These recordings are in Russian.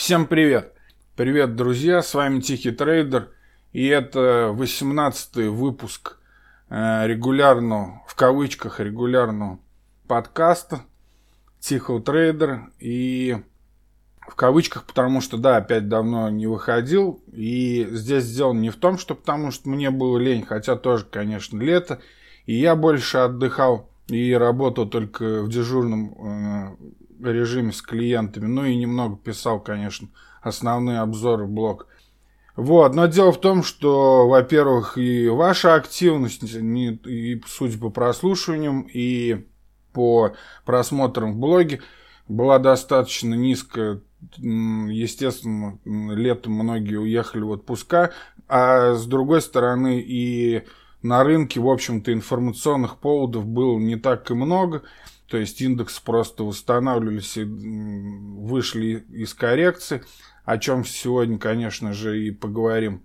Всем привет! Привет, друзья! С вами Тихий Трейдер. И это 18-й выпуск регулярного, в кавычках, регулярного подкаста Тихого Трейдера. И в кавычках, потому что, да, опять давно не выходил. И здесь дело не в том, что потому что мне было лень, хотя тоже, конечно, лето. И я больше отдыхал и работал только в дежурном режиме с клиентами. Ну и немного писал, конечно, основные обзоры в блог. Вот, но дело в том, что, во-первых, и ваша активность, и судя по прослушиваниям, и по просмотрам в блоге, была достаточно низкая. Естественно, летом многие уехали в отпуска, а с другой стороны и на рынке, в общем-то, информационных поводов было не так и много. То есть индексы просто восстанавливались и вышли из коррекции, о чем сегодня, конечно же, и поговорим.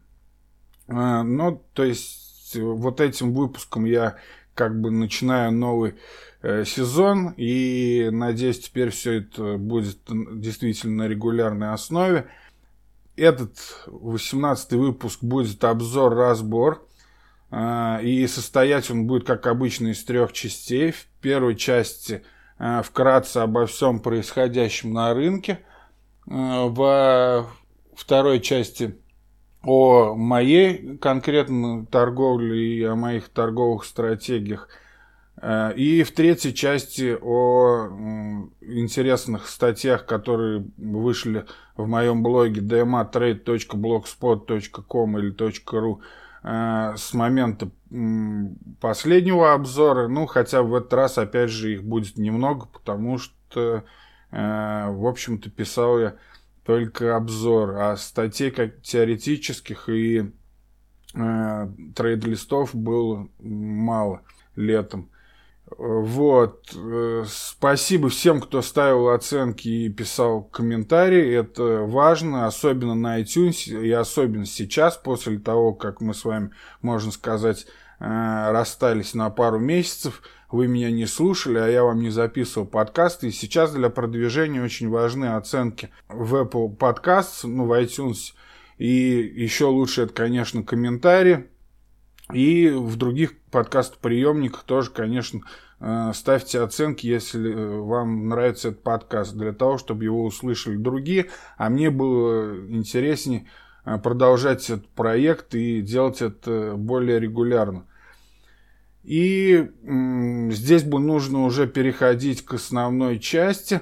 Ну, то есть вот этим выпуском я как бы начинаю новый сезон, и надеюсь, теперь все это будет действительно на регулярной основе. Этот 18-й выпуск будет обзор-разбор. И состоять он будет, как обычно, из 3 частей. В первой части вкратце обо всем происходящем на рынке. Во второй части о моей конкретно торговле и о моих торговых стратегиях. И в третьей части о интересных статьях, которые вышли в моем блоге dmatrade.blogspot.com или .ru с момента последнего обзора. Ну, хотя в этот раз, опять же, их будет немного, потому что, в общем-то, писал я только обзор, а статей как теоретических и трейд-листов было мало летом. Вот. Спасибо всем, кто ставил оценки и писал комментарии. Это важно, особенно на iTunes, и особенно сейчас, после того, как мы с вами, можно сказать, расстались на пару месяцев. Вы меня не слушали, а я вам не записывал подкасты. И сейчас для продвижения очень важны оценки в Apple Podcasts, ну, в iTunes. И еще лучше это, конечно, комментарии. И в других подкаст-приемниках тоже, конечно, ставьте оценки, если вам нравится этот подкаст, для того, чтобы его услышали другие. А мне было интереснее продолжать этот проект и делать это более регулярно. И здесь бы нужно уже переходить к основной части.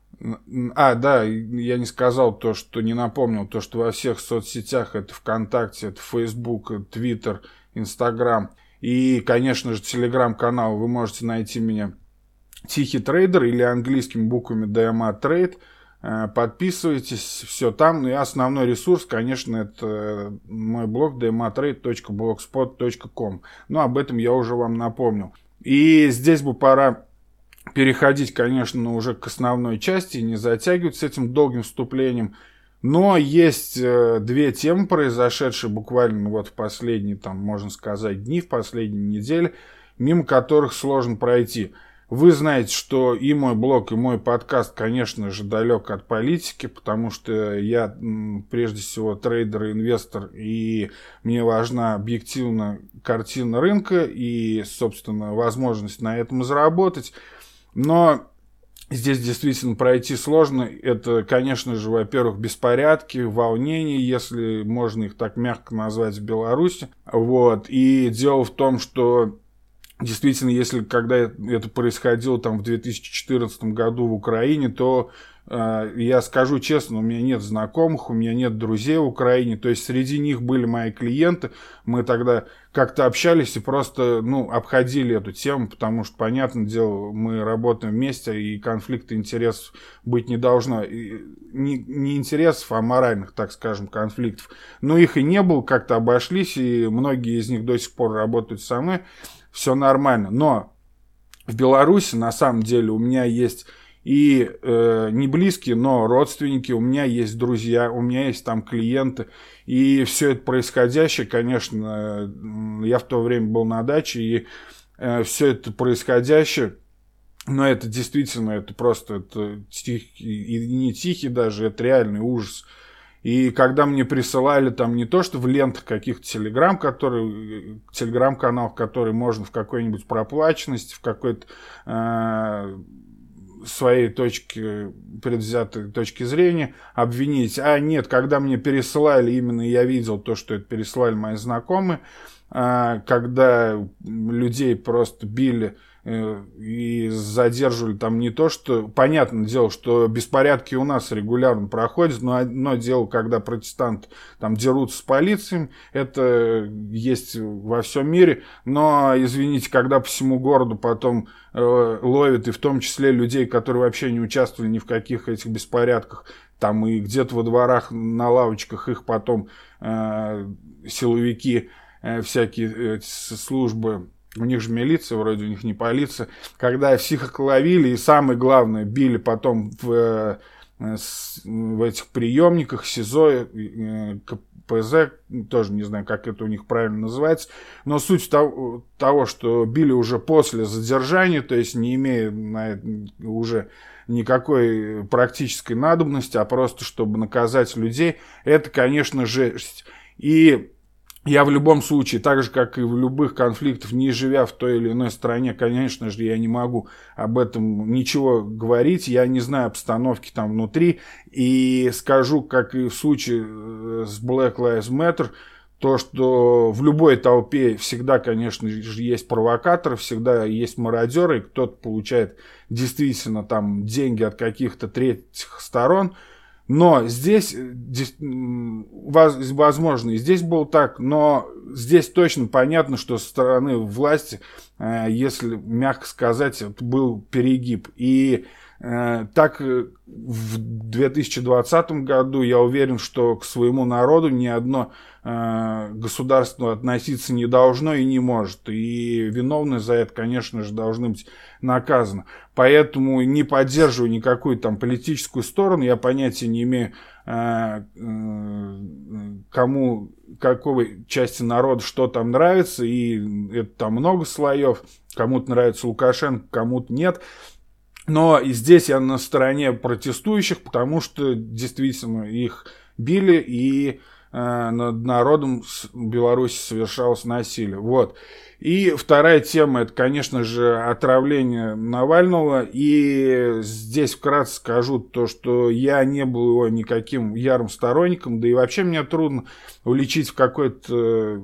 Да, я не сказал то, что не напомнил, то, что во всех соцсетях, это ВКонтакте, это Facebook, Twitter, Instagram и, конечно же, Telegram-канал, вы можете найти меня Тихий Трейдер или английскими буквами DMA Trade. Подписывайтесь, все там. И основной ресурс, конечно, это мой блог dmatrade.blogspot.com. Но об этом я уже вам напомнил. И здесь бы пора переходить, конечно, уже к основной части и не затягивать с этим долгим вступлением. Но есть 2 темы, произошедшие буквально вот в последние, там, можно сказать, дни, в последние недели, мимо которых сложно пройти. Вы знаете, что и мой блог, и мой подкаст, конечно же, далек от политики, потому что я, прежде всего, трейдер и инвестор, и мне важна объективная картина рынка и, собственно, возможность на этом заработать. Но здесь действительно пройти сложно. Это, конечно же, во-первых, беспорядки, волнения, если можно их так мягко назвать, в Беларуси. Вот. И дело в том, что действительно, если когда это происходило там в 2014 году в Украине, то я скажу честно, у меня нет знакомых, у меня нет друзей в Украине, то есть среди них были мои клиенты, мы тогда как-то общались и просто, обходили эту тему, потому что, понятное дело, мы работаем вместе, и конфликта интересов быть не должно, не интересов, а моральных, так скажем, конфликтов, но их и не было, как-то обошлись, и многие из них до сих пор работают со мной, все нормально, но в Беларуси, на самом деле, у меня есть и не близкие, но родственники, у меня есть друзья, у меня есть там клиенты. И все это происходящее, конечно, я в то время был на даче, и все это происходящее Но это действительно, это просто это тихий, и не тихий даже, это реальный ужас. И когда мне присылали там не то, что в лентах каких-то телеграм-каналов, которые можно в какой-нибудь проплаченности, в какой-то своей предвзятой точки зрения обвинить. А нет, когда мне пересылали, именно я видел то, что это пересылали мои знакомые, когда людей просто били и задерживали там не то, что... Понятное дело, что беспорядки у нас регулярно проходят, но одно дело, когда протестанты там дерутся с полицией, это есть во всем мире, но, извините, когда по всему городу потом ловят, и в том числе людей, которые вообще не участвовали ни в каких этих беспорядках, там и где-то во дворах, на лавочках их потом силовики, всякие службы, у них же милиция, вроде у них не полиция, когда всех их ловили и самое главное, били потом в этих приемниках, СИЗО, КПЗ, тоже не знаю, как это у них правильно называется, но суть того, что били уже после задержания, то есть не имея уже никакой практической надобности, а просто чтобы наказать людей, это, конечно, жесть. И я в любом случае, так же, как и в любых конфликтах, не живя в той или иной стране, конечно же, я не могу об этом ничего говорить, я не знаю обстановки там внутри, и скажу, как и в случае с Black Lives Matter, то, что в любой толпе всегда, конечно же, есть провокаторы, всегда есть мародеры, кто-то получает действительно там деньги от каких-то третьих сторон. Но здесь, возможно, и здесь было так, но здесь точно понятно, что со стороны власти, если мягко сказать, это был перегиб. И так в 2020 году я уверен, что к своему народу ни одно государство относиться не должно и не может. И виновные за это, конечно же, должны быть наказаны. Поэтому не поддерживаю никакую там политическую сторону. Я понятия не имею, кому, какой части народа что там нравится. И это там много слоев. Кому-то нравится Лукашенко, кому-то нет. Но и здесь я на стороне протестующих, потому что действительно их били, и над народом Беларуси совершалось насилие. Вот. И вторая тема, это, конечно же, отравление Навального. И здесь вкратце скажу то, что я не был его никаким ярым сторонником, да и вообще мне трудно уличить в какой-то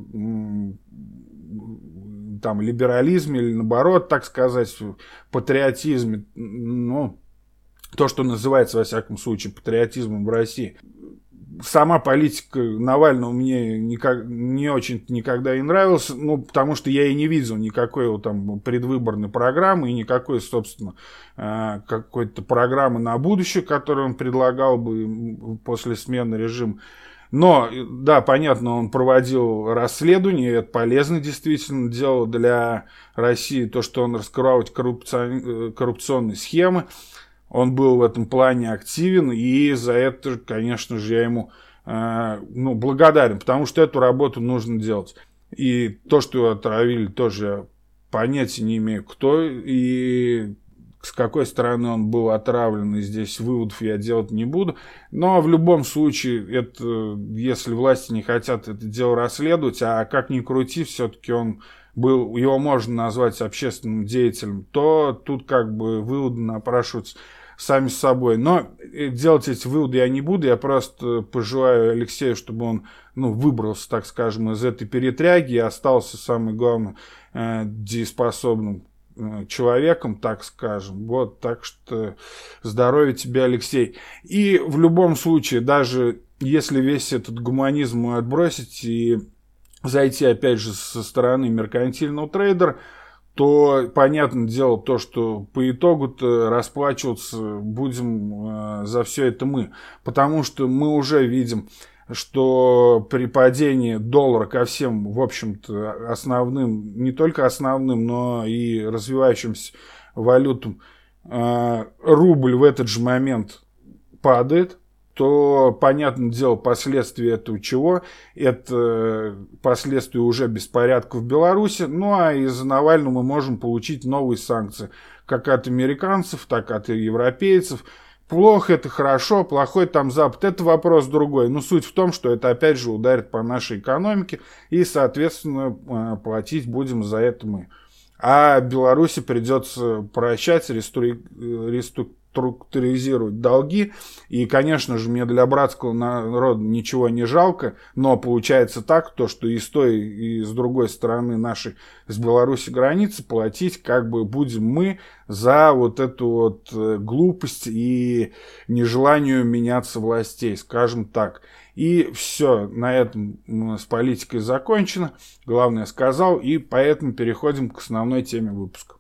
там либерализме или наоборот, так сказать, патриотизме, ну, то, что называется, во всяком случае, патриотизмом в России. Сама политика Навального мне не очень никогда не нравилась, ну, потому что я и не видел никакой его там предвыборной программы и никакой, собственно, какой-то программы на будущее, которую он предлагал бы после смены режима. Но, да, понятно, он проводил расследование, это полезно действительно дело для России, то, что он раскрывал коррупционные схемы. Он был в этом плане активен, и за это, конечно же, я ему благодарен, потому что эту работу нужно делать. И то, что его отравили, тоже понятия не имею, кто и с какой стороны он был отравлен, и здесь выводов я делать не буду. Но в любом случае, это, если власти не хотят это дело расследовать, а как ни крути, все-таки он был, его можно назвать общественным деятелем, то тут как бы выводы напрашиваются сами с собой. Но делать эти выводы я не буду, я просто пожелаю Алексею, чтобы он выбрался, так скажем, из этой перетряги и остался, самое главное, дееспособным человеком, так скажем. Вот, так что здоровья тебе, Алексей. И в любом случае, даже если весь этот гуманизм отбросить и зайти, опять же, со стороны меркантильного трейдера, то, понятное дело, то, что по итогу-то расплачиваться будем за все это мы. Потому что мы уже видим, что при падении доллара ко всем, в общем-то, основным, не только основным, но и развивающимся валютам, рубль в этот же момент падает, то, понятное дело, последствия этого чего? Это последствия уже беспорядков в Беларуси. Ну, а из-за Навального мы можем получить новые санкции, как от американцев, так и от европейцев. Плохо это хорошо, плохой там Запад, это вопрос другой. Но суть в том, что это опять же ударит по нашей экономике, и, соответственно, платить будем за это мы. А Беларуси придется прощать, реструктуризировать долги. И, конечно же, мне для братского народа ничего не жалко, но получается так, то, что и с той, и с другой стороны нашей, с Беларуси границы, платить как бы будем мы за вот эту вот глупость и нежелание меняться властей, скажем так. И все, на этом с политикой закончено. Главное сказал, и поэтому переходим к основной теме выпуска.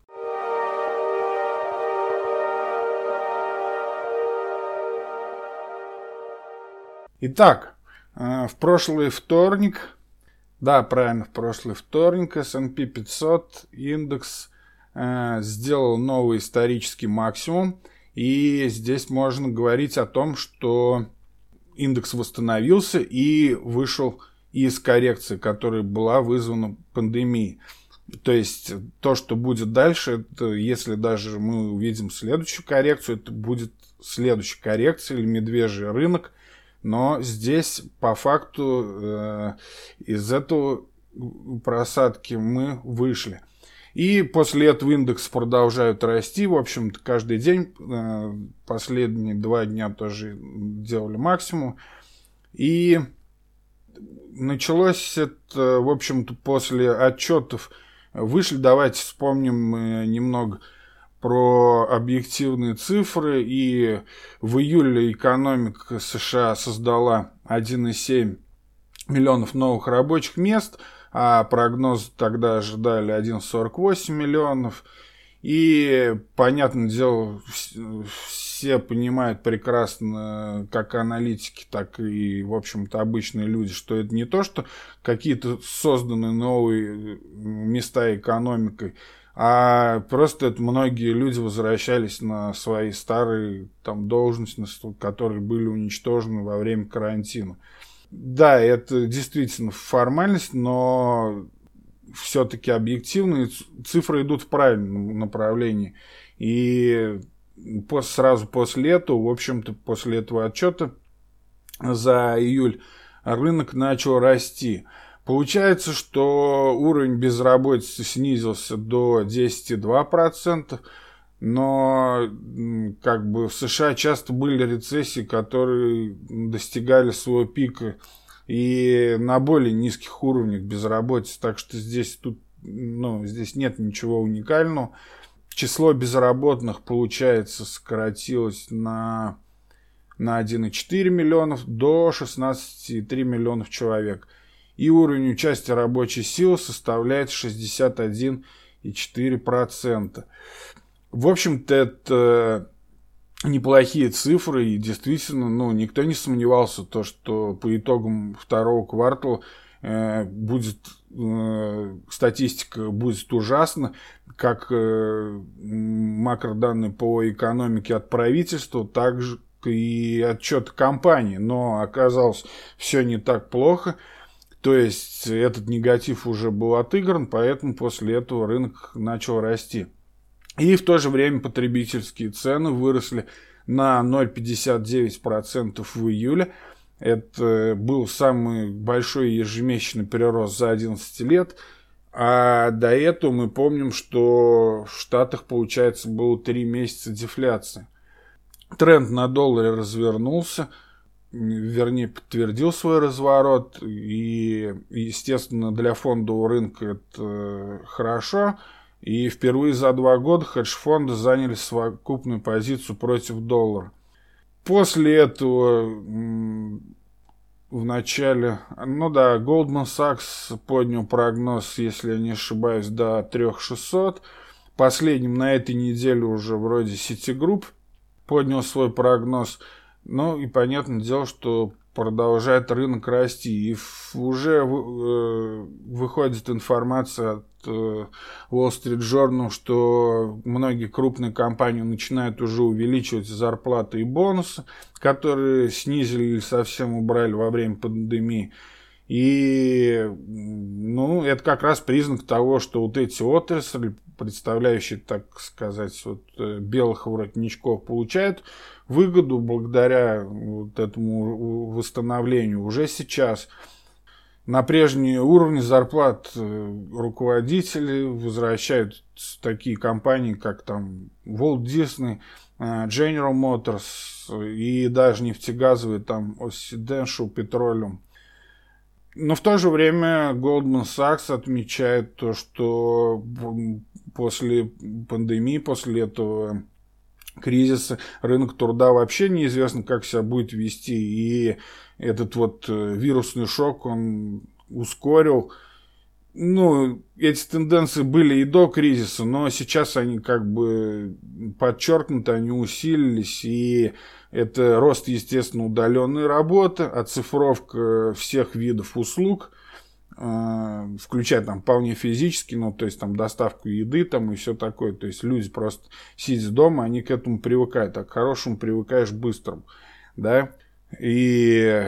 Итак, в прошлый вторник, в прошлый вторник S&P 500 индекс сделал новый исторический максимум. И здесь можно говорить о том, что индекс восстановился и вышел из коррекции, которая была вызвана пандемией. То есть то, что будет дальше, это если даже мы увидим следующую коррекцию, это будет следующая коррекция или медвежий рынок. Но здесь по факту из этого просадки мы вышли. И после этого индекс продолжают расти. В общем-то, каждый день, последние 2 дня тоже делали максимум. И началось это, в общем-то, после отчетов вышли. Давайте вспомним немного про объективные цифры. И в июле экономика США создала 1,7 миллионов новых рабочих мест, а прогноз тогда ожидали 1,48 миллионов. И, понятное дело, все понимают прекрасно, как аналитики, так и, в общем-то, обычные люди, что это не то, что какие-то созданы новые места экономикой, а просто это многие люди возвращались на свои старые там должности, которые были уничтожены во время карантина. Да, это действительно формальность, но все-таки объективные цифры идут в правильном направлении. И сразу после этого, в общем-то, после этого отчета за июль рынок начал расти. Получается, что уровень безработицы снизился до 10,2%. Но как бы в США часто были рецессии, которые достигали своего пика и на более низких уровнях безработицы. Так что здесь нет ничего уникального. Число безработных, получается, сократилось на 1,4 миллионов до 16,3 миллионов человек. И уровень участия рабочей силы составляет 61,4%. В общем-то, это неплохие цифры, и действительно, никто не сомневался, что по итогам второго квартала статистика будет ужасна, как макроданные по экономике от правительства, так же и отчеты компании. Но оказалось, все не так плохо. То есть этот негатив уже был отыгран, поэтому после этого рынок начал расти. И в то же время потребительские цены выросли на 0,59% в июле. Это был самый большой ежемесячный прирост за 11 лет. А до этого мы помним, что в Штатах, получается, было 3 месяца дефляции. Тренд на долларе развернулся, вернее, подтвердил свой разворот. И, естественно, для фондового рынка это хорошо. И впервые за 2 года хедж-фонды заняли совокупную позицию против доллара. После этого в начале, Goldman Sachs поднял прогноз, если я не ошибаюсь, до 3600. Последним на этой неделе уже вроде Citigroup поднял свой прогноз. И понятное дело, что продолжает рынок расти. И уже выходит информация от Wall Street Journal, что многие крупные компании начинают уже увеличивать зарплаты и бонусы, которые снизили или совсем убрали во время пандемии. И, это как раз признак того, что вот эти отрасли, представляющие, так сказать, вот, белых воротничков, получают выгоду благодаря вот этому восстановлению уже сейчас. На прежние уровни зарплат руководителей возвращают такие компании, как там Walt Disney, General Motors и даже нефтегазовые там Occidental Petroleum. Но в то же время Goldman Sachs отмечает то, что после пандемии, после этого кризиса, рынок труда вообще неизвестно, как себя будет вести. И этот вот вирусный шок, он ускорил. Эти тенденции были и до кризиса, но сейчас они как бы подчеркнуты, они усилились. И это рост, естественно, удаленной работы, оцифровка всех видов услуг, включая там вполне физически, то есть там доставку еды там и все такое. То есть люди просто сидя дома, они к этому привыкают, а к хорошему привыкаешь быстро, да. И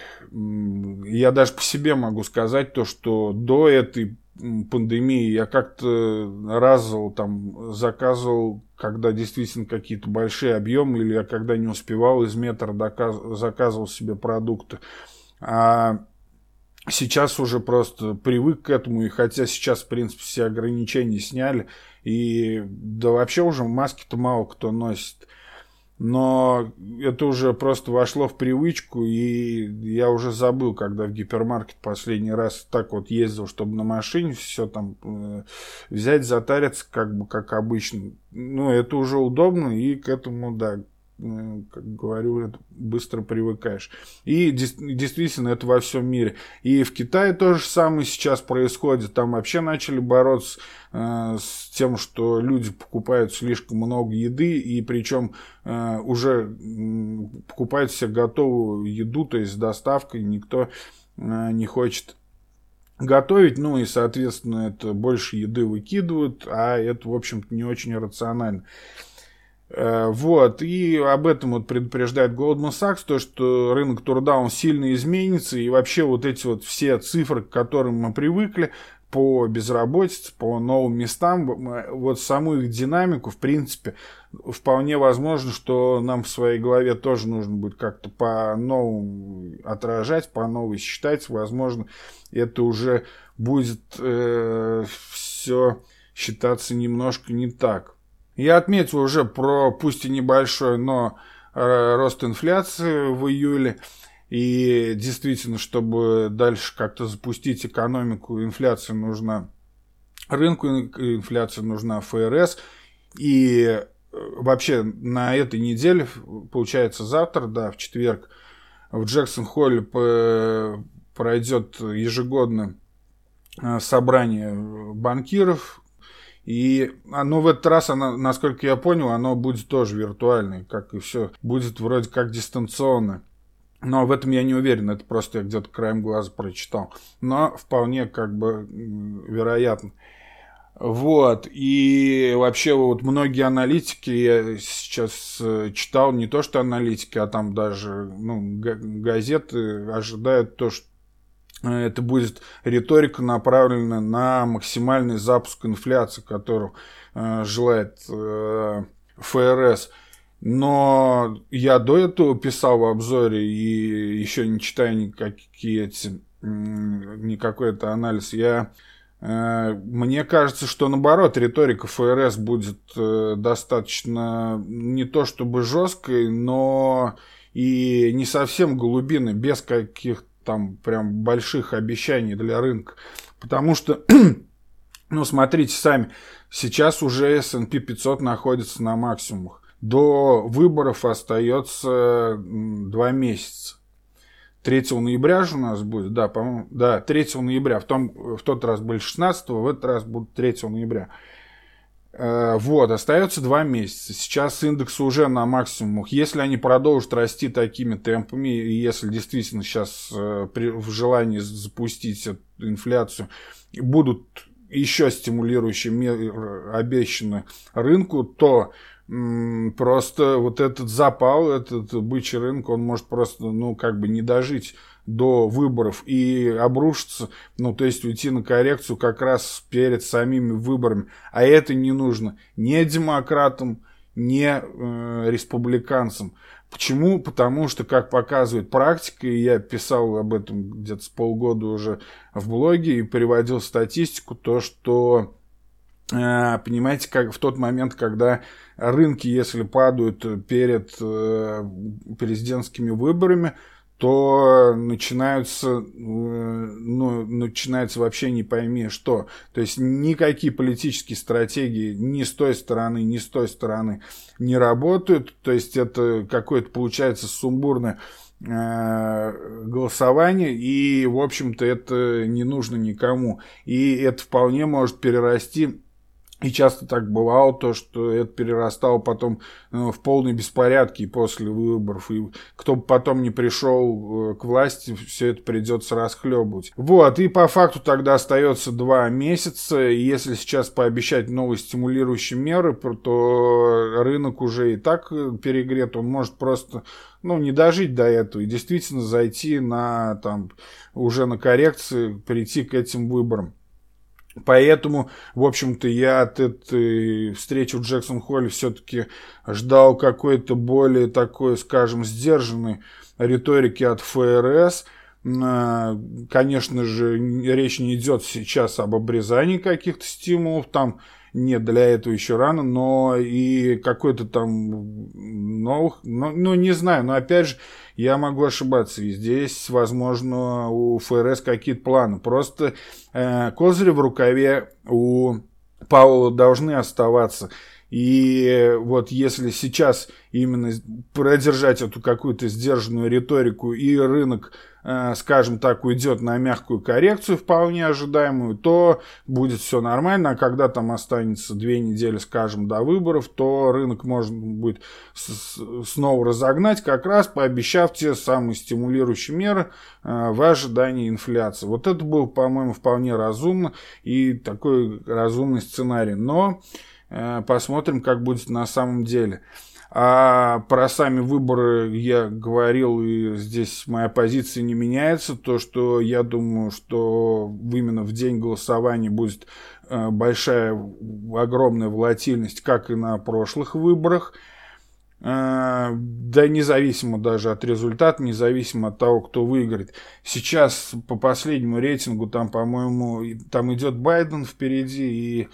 я даже по себе могу сказать то, что до этой пандемии я как-то разово там заказывал, когда действительно какие-то большие объемы, или я когда не успевал из метра заказывал себе продукты. А сейчас уже просто привык к этому, и хотя сейчас, в принципе, все ограничения сняли, и да вообще уже маски-то мало кто носит. Но это уже просто вошло в привычку, и я уже забыл, когда в гипермаркет последний раз так вот ездил, чтобы на машине все там взять, затариться, как обычно. Это уже удобно, и к этому, да, как говорю, быстро привыкаешь. И действительно, это во всем мире. И в Китае то же самое сейчас происходит. Там вообще начали бороться с тем, что люди покупают слишком много еды, и причем уже покупают себе готовую еду, то есть с доставкой, никто не хочет готовить, и, соответственно, это больше еды выкидывают, а это, в общем-то, не очень рационально. И об этом вот предупреждает Goldman Sachs, то, что рынок труда, он сильно изменится, и вообще вот эти вот все цифры, к которым мы привыкли, по безработице, по новым местам, вот саму их динамику, в принципе, вполне возможно, что нам в своей голове тоже нужно будет как-то по-новому отражать, по-новому считать, возможно, это уже будет все считаться немножко не так. Я отметил уже про, пусть и небольшой, но рост инфляции в июле. И действительно, чтобы дальше как-то запустить экономику, инфляция нужна рынку, инфляция нужна ФРС. И вообще на этой неделе, получается завтра, да, в четверг, в Джексон-Холле пройдет ежегодное собрание банкиров. И оно в этот раз, насколько я понял, оно будет тоже виртуальное, как и все, будет вроде как дистанционно. Но в этом я не уверен, это просто я где-то краем глаза прочитал. Но вполне как бы вероятно. И вообще вот многие аналитики, я сейчас читал, не то что аналитики, а там даже газеты ожидают то, что это будет риторика, направленная на максимальный запуск инфляции, которую желает ФРС. Но я до этого писал в обзоре и еще не читая никакой это анализ, мне кажется, что наоборот, риторика ФРС будет достаточно не то чтобы жесткой, но и не совсем голубиной, без каких-то там прям больших обещаний для рынка. Потому что, смотрите сами, сейчас уже S&P 500 находится на максимумах. До выборов остается 2 месяца. 3 ноября же у нас будет, да, по-моему, да, 3 ноября. В тот раз были 16-го, в этот раз будут 3 ноября. Остается 2 месяца. Сейчас индексы уже на максимумах. Если они продолжат расти такими темпами, и если действительно сейчас в желании запустить эту инфляцию будут еще стимулирующие меры обещаны рынку, то просто вот этот запал, этот бычий рынок, он может просто, не дожить до выборов и обрушиться, то есть уйти на коррекцию как раз перед самими выборами. А это не нужно ни демократам, ни республиканцам. Почему? Потому что, как показывает практика, и я писал об этом где-то с полгода уже в блоге и приводил статистику, то, что, понимаете, как в тот момент, когда рынки, если падают перед президентскими выборами, то начинается вообще не пойми что. То есть никакие политические стратегии ни с той стороны, ни с той стороны не работают. То есть это какое-то получается сумбурное голосование, и, в общем-то, это не нужно никому. И это вполне может перерасти. И часто так бывало, то, что это перерастало потом в полные беспорядки после выборов. И кто бы потом не пришел к власти, все это придется расхлебывать. Вот, и по факту тогда остается 2 месяца. И если сейчас пообещать новые стимулирующие меры, то рынок уже и так перегрет. Он может просто не дожить до этого и действительно зайти уже на коррекции, прийти к этим выборам. Поэтому, в общем-то, я от этой встречи в Джексон-Холле все-таки ждал какой-то более такой, скажем, сдержанной риторики от ФРС. Конечно же, речь не идет сейчас об обрезании каких-то стимулов, там нет, для этого еще рано, но и какой-то там новых, не знаю, но опять же, я могу ошибаться, и здесь, возможно, у ФРС какие-то планы. Просто козыри в рукаве у Пауэлла должны оставаться. И вот если сейчас именно продержать эту какую-то сдержанную риторику, и рынок, скажем так, уйдет на мягкую коррекцию, вполне ожидаемую, то будет все нормально. А когда там останется 2 недели, скажем, до выборов, то рынок можно будет снова разогнать, как раз пообещав те самые стимулирующие меры в ожидании инфляции. Вот это было, по-моему, вполне разумно и такой разумный сценарий. Но посмотрим, как будет на самом деле. А про сами выборы я говорил, и здесь моя позиция не меняется. То, что я думаю, что именно в день голосования будет большая, огромная волатильность, как и на прошлых выборах. Да независимо даже от результата, независимо от того, кто выиграет. Сейчас по последнему рейтингу, там, по-моему, там идет Байден впереди, и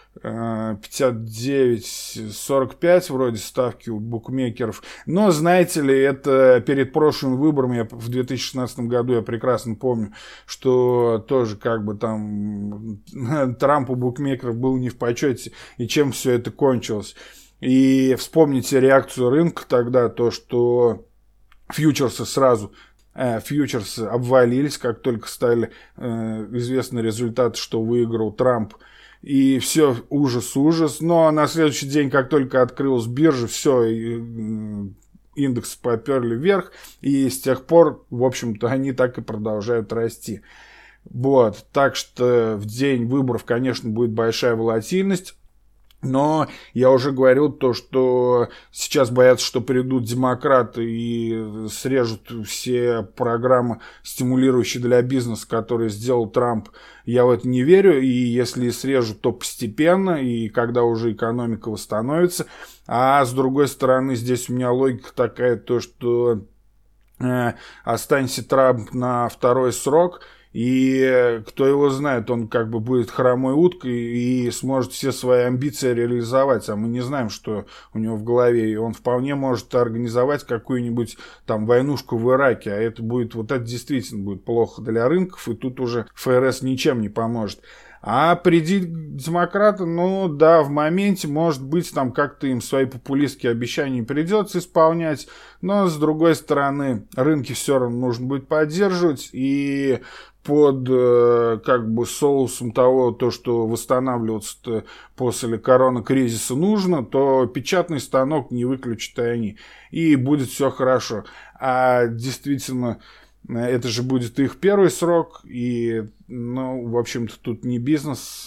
59-45 вроде ставки у букмекеров. Но, знаете ли, это перед прошлым выбором, в 2016 году, я прекрасно помню, что тоже как бы там Трамп у букмекеров был не в почете, и чем все это кончилось. И вспомните реакцию рынка тогда, то, что фьючерсы обвалились, как только стали известны результаты, что выиграл Трамп. И все, ужас. Но на следующий день, как только открылась биржа, все, индексы поперли вверх. И с тех пор, в общем-то, они так и продолжают расти. Вот, так что в день выборов, конечно, будет большая волатильность. Но я уже говорил то, что сейчас боятся, что придут демократы и срежут все программы, стимулирующие для бизнеса, которые сделал Трамп. Я в это не верю, и если срежут, то постепенно, и когда уже экономика восстановится. А с другой стороны, здесь у меня логика такая, то, что останется Трамп на 2-й срок, и кто его знает, он как бы будет хромой уткой и сможет все свои амбиции реализовать. А мы не знаем, что у него в голове. И он вполне может организовать какую-нибудь там войнушку в Ираке. А это действительно будет плохо для рынков. И тут уже ФРС ничем не поможет. А приди демократы, в моменте, может быть, там как-то им свои популистские обещания придется исполнять, но, с другой стороны, рынки все равно нужно будет поддерживать, и под соусом того, то, что восстанавливаться после коронакризиса нужно, то печатный станок не выключат и они, и будет все хорошо. А действительно, это же будет их 1-й срок, и, в общем-то, тут не бизнес,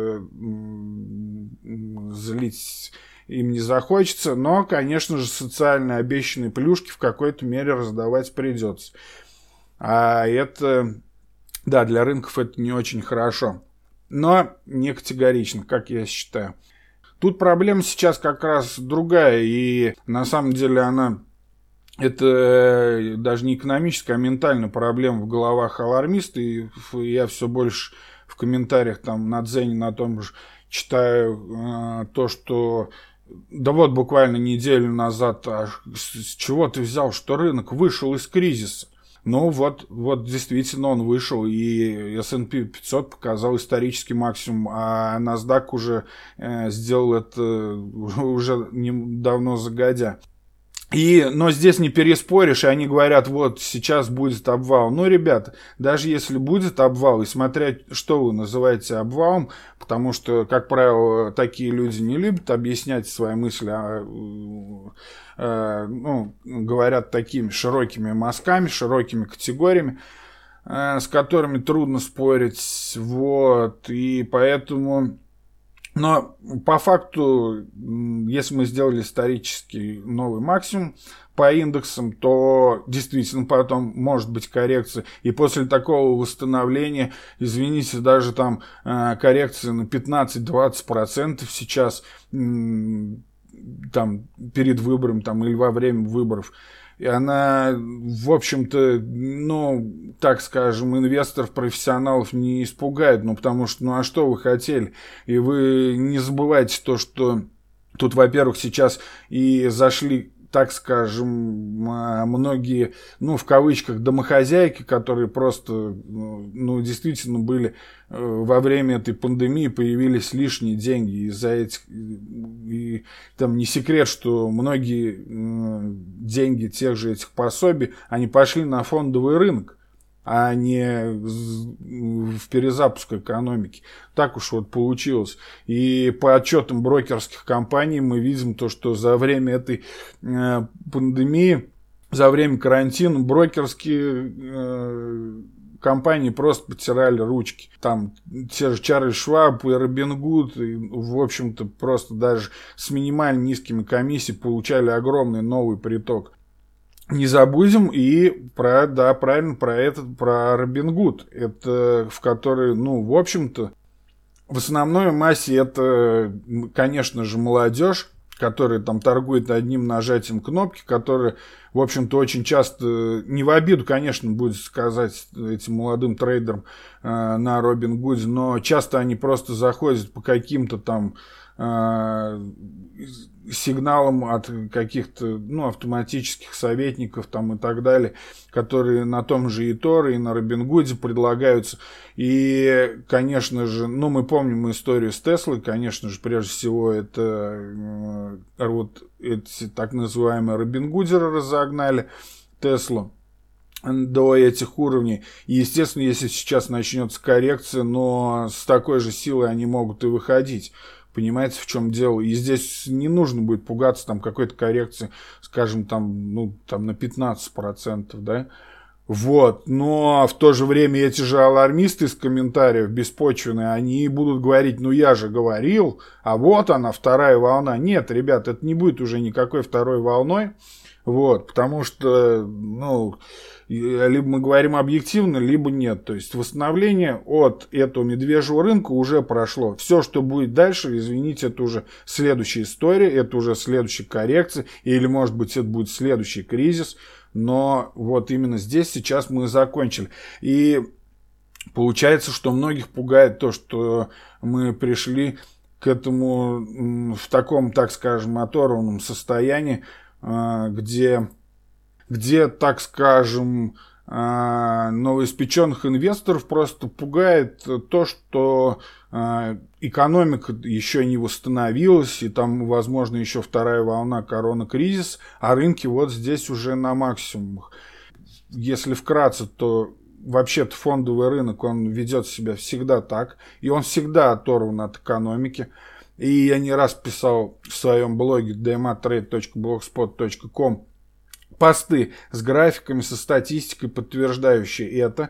злить им не захочется, но, конечно же, социально обещанные плюшки в какой-то мере раздавать придется. А это, да, для рынков это не очень хорошо. Но не категорично, как я считаю. Тут проблема сейчас как раз другая, и на самом деле это даже не экономическая, а ментальная проблема в головах алармистов. И я все больше в комментариях там на Дзене, на том же читаю то, что да вот буквально неделю назад, с чего ты взял, что рынок вышел из кризиса? Ну вот действительно он вышел, и S&P 500 показал исторический максимум, а NASDAQ уже сделал это уже давно загодя. Но здесь не переспоришь, и они говорят, вот сейчас будет обвал. Ну, ребята, даже если будет обвал, и смотря, что вы называете обвалом, потому что, как правило, такие люди не любят объяснять свои мысли, говорят такими широкими мазками, широкими категориями, с которыми трудно спорить, вот, и поэтому... Но по факту, если мы сделали исторический новый максимум по индексам, то действительно потом может быть коррекция. И после такого восстановления, извините, даже там коррекция на 15-20% сейчас там перед выбором там, или во время выборов. И она, в общем-то, так скажем, инвесторов, профессионалов не испугает, потому что, а что вы хотели? И вы не забывайте то, что тут, во-первых, сейчас и зашли, так скажем, многие, в кавычках, домохозяйки, которые просто, действительно были во время этой пандемии, появились лишние деньги из-за этих, и там не секрет, что многие деньги тех же этих пособий, они пошли на фондовый рынок, а не в перезапуск экономики. Так уж вот получилось. И по отчетам брокерских компаний мы видим то, что за время этой пандемии, за время карантина брокерские компании просто потирали ручки. Там те же Чарльз Шваб и Робин Гуд, в общем-то, просто даже с минимально низкими комиссиями получали огромный новый приток. Не забудем и про Робин Гуд. Это в который, в общем-то, в основной массе это, конечно же, молодежь, которая там торгует одним нажатием кнопки, которая, в общем-то, очень часто, не в обиду, конечно, будет сказать этим молодым трейдерам на Робин Гуде, но часто они просто заходят по каким-то там сигналам от каких-то автоматических советников там и так далее, которые на том же eToro и на Робингуде предлагаются. И, конечно же, мы помним историю с Теслой, конечно же, прежде всего это вот эти так называемые Робингудеры разогнали Теслу до этих уровней. И, естественно, если сейчас начнется коррекция, но с такой же силой они могут и выходить. Понимаете, в чем дело? И здесь не нужно будет пугаться там какой-то коррекции, скажем, там на 15%, да? Вот. Но в то же время эти же алармисты из комментариев беспочвенные, они будут говорить, я же говорил, а вот она, вторая волна. Нет, ребят, это не будет уже никакой второй волной. Вот, потому что, либо мы говорим объективно, либо нет. То есть восстановление от этого медвежьего рынка уже прошло. Все, что будет дальше, извините, это уже следующая история, это уже следующая коррекция, или, может быть, это будет следующий кризис. Но вот именно здесь сейчас мы закончили. И получается, что многих пугает то, что мы пришли к этому в таком, так скажем, оторванном состоянии, где, так скажем, новоиспеченных инвесторов просто пугает то, что экономика еще не восстановилась, и там, возможно, еще вторая волна коронакризис, а рынки вот здесь уже на максимумах. Если вкратце, то вообще-то фондовый рынок, он ведет себя всегда так, и он всегда оторван от экономики. И я не раз писал в своем блоге dmatrade.blogspot.com посты с графиками, со статистикой, подтверждающие это.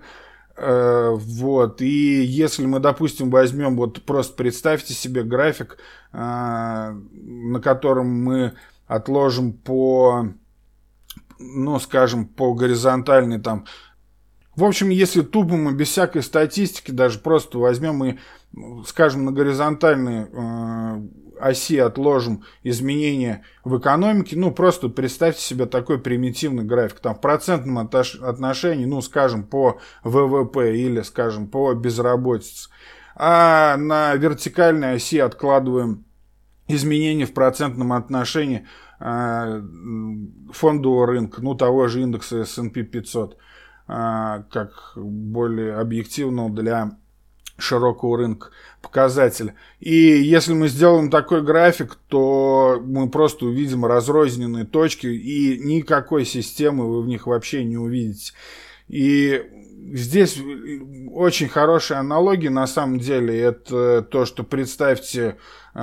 Вот. И если мы, допустим, возьмем, вот просто представьте себе график, на котором мы отложим по горизонтальной там В общем, если тупо мы без всякой статистики, даже просто возьмем и, скажем, на горизонтальной оси отложим изменения в экономике, ну, просто представьте себе такой примитивный график, там, в процентном отношении, ну, скажем, по ВВП или, скажем, по безработице. А на вертикальной оси откладываем изменения в процентном отношении фондового рынка, ну, того же индекса S&P 500, как более объективного для широкого рынка показателя. И если мы сделаем такой график, то мы просто увидим разрозненные точки, и никакой системы вы в них вообще не увидите. И здесь очень хорошая аналогия, на самом деле, это то, что представьте,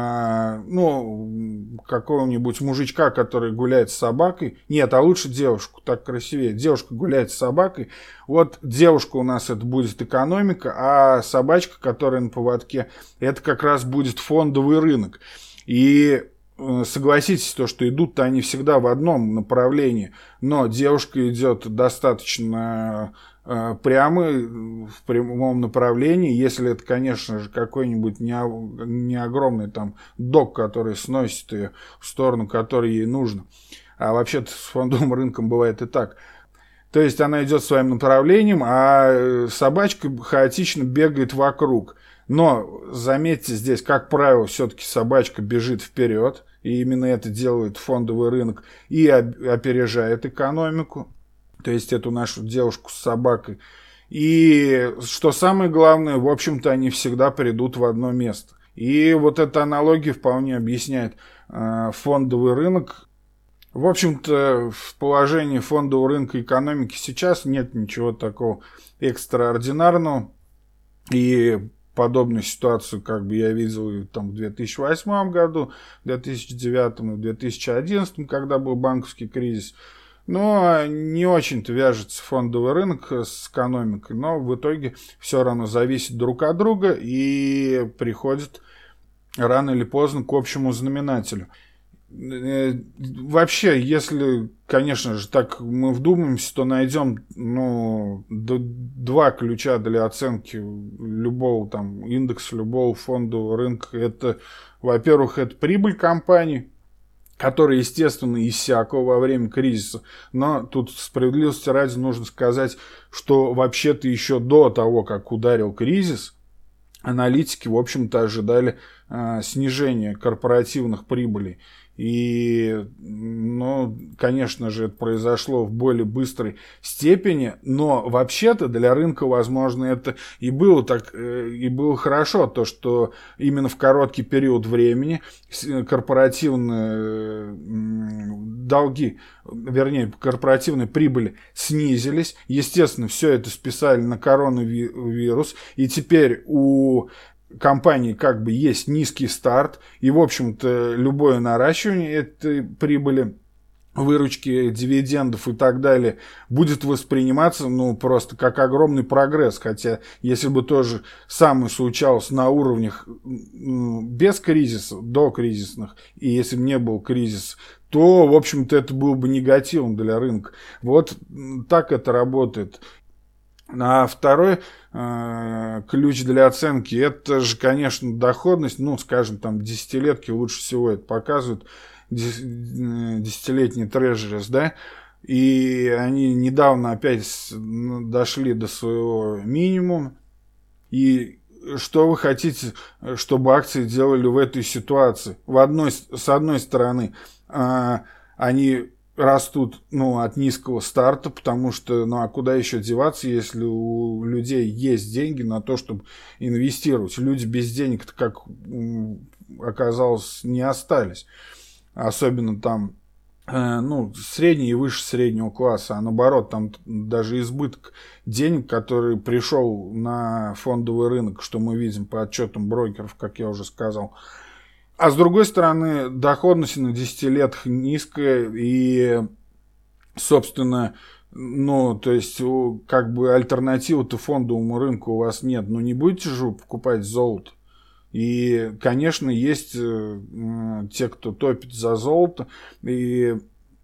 какого-нибудь мужичка, который гуляет с собакой. Нет, а лучше девушку, так красивее. Девушка гуляет с собакой. Вот девушка у нас это будет экономика, а собачка, которая на поводке, это как раз будет фондовый рынок. И согласитесь, то, что идут-то они всегда в одном направлении, но девушка идет достаточно прямо, в прямом направлении, если это, конечно же, какой-нибудь не огромный там дог, который сносит ее в сторону, которой ей нужно. А вообще-то с фондовым рынком бывает и так. То есть она идет своим направлением, а собачка хаотично бегает вокруг. Но заметьте здесь, как правило, все-таки собачка бежит вперед, и именно это делает фондовый рынок и опережает экономику. То есть эту нашу девушку с собакой. И что самое главное, в общем-то, они всегда придут в одно место. И вот эта аналогия вполне объясняет фондовый рынок. В общем-то, в положении фондового рынка и экономики сейчас нет ничего такого экстраординарного. И подобную ситуацию как бы я видел и там в 2008 году, в 2009 и в 2011, когда был банковский кризис. Но не очень-то вяжется фондовый рынок с экономикой, но в итоге все равно зависит друг от друга и приходит рано или поздно к общему знаменателю. Вообще, если, конечно же, так мы вдумаемся, то найдем два ключа для оценки любого там индекса, любого фондового рынка. Это, во-первых, это прибыль компании, которая, естественно, иссякла во время кризиса. Но тут справедливости ради нужно сказать, что вообще-то еще до того, как ударил кризис, аналитики, в общем-то, ожидали снижения корпоративных прибылей. И, конечно же, это произошло в более быстрой степени, но вообще-то для рынка, возможно, это и было хорошо, то, что именно в короткий период времени корпоративные долги, вернее, корпоративные прибыли снизились. Естественно, все это списали на коронавирус, и теперь у компании как бы есть низкий старт, и, в общем-то, любое наращивание этой прибыли, выручки, дивидендов и так далее будет восприниматься, просто как огромный прогресс. Хотя, если бы тоже самое случалось на уровнях без кризиса, до кризисных, и если бы не был кризис, то, в общем-то, это было бы негативом для рынка. Вот так это работает. А второй ключ для оценки, это же, конечно, доходность, скажем, там, десятилетки лучше всего это показывают, десятилетние трежерис, да, и они недавно опять дошли до своего минимума. И что вы хотите, чтобы акции делали в этой ситуации? С одной стороны, они растут, от низкого старта, потому что, а куда еще деваться, если у людей есть деньги на то, чтобы инвестировать. Люди без денег-то, как оказалось, не остались. Особенно там, средний и выше среднего класса, а наоборот, там даже избыток денег, который пришел на фондовый рынок, что мы видим по отчетам брокеров, как я уже сказал. А с другой стороны, доходность на десятилетках низкая, и, собственно, то есть, как бы альтернативы-то фондовому рынку у вас нет. Не будете же вы покупать золото. И, конечно, есть те, кто топит за золото, и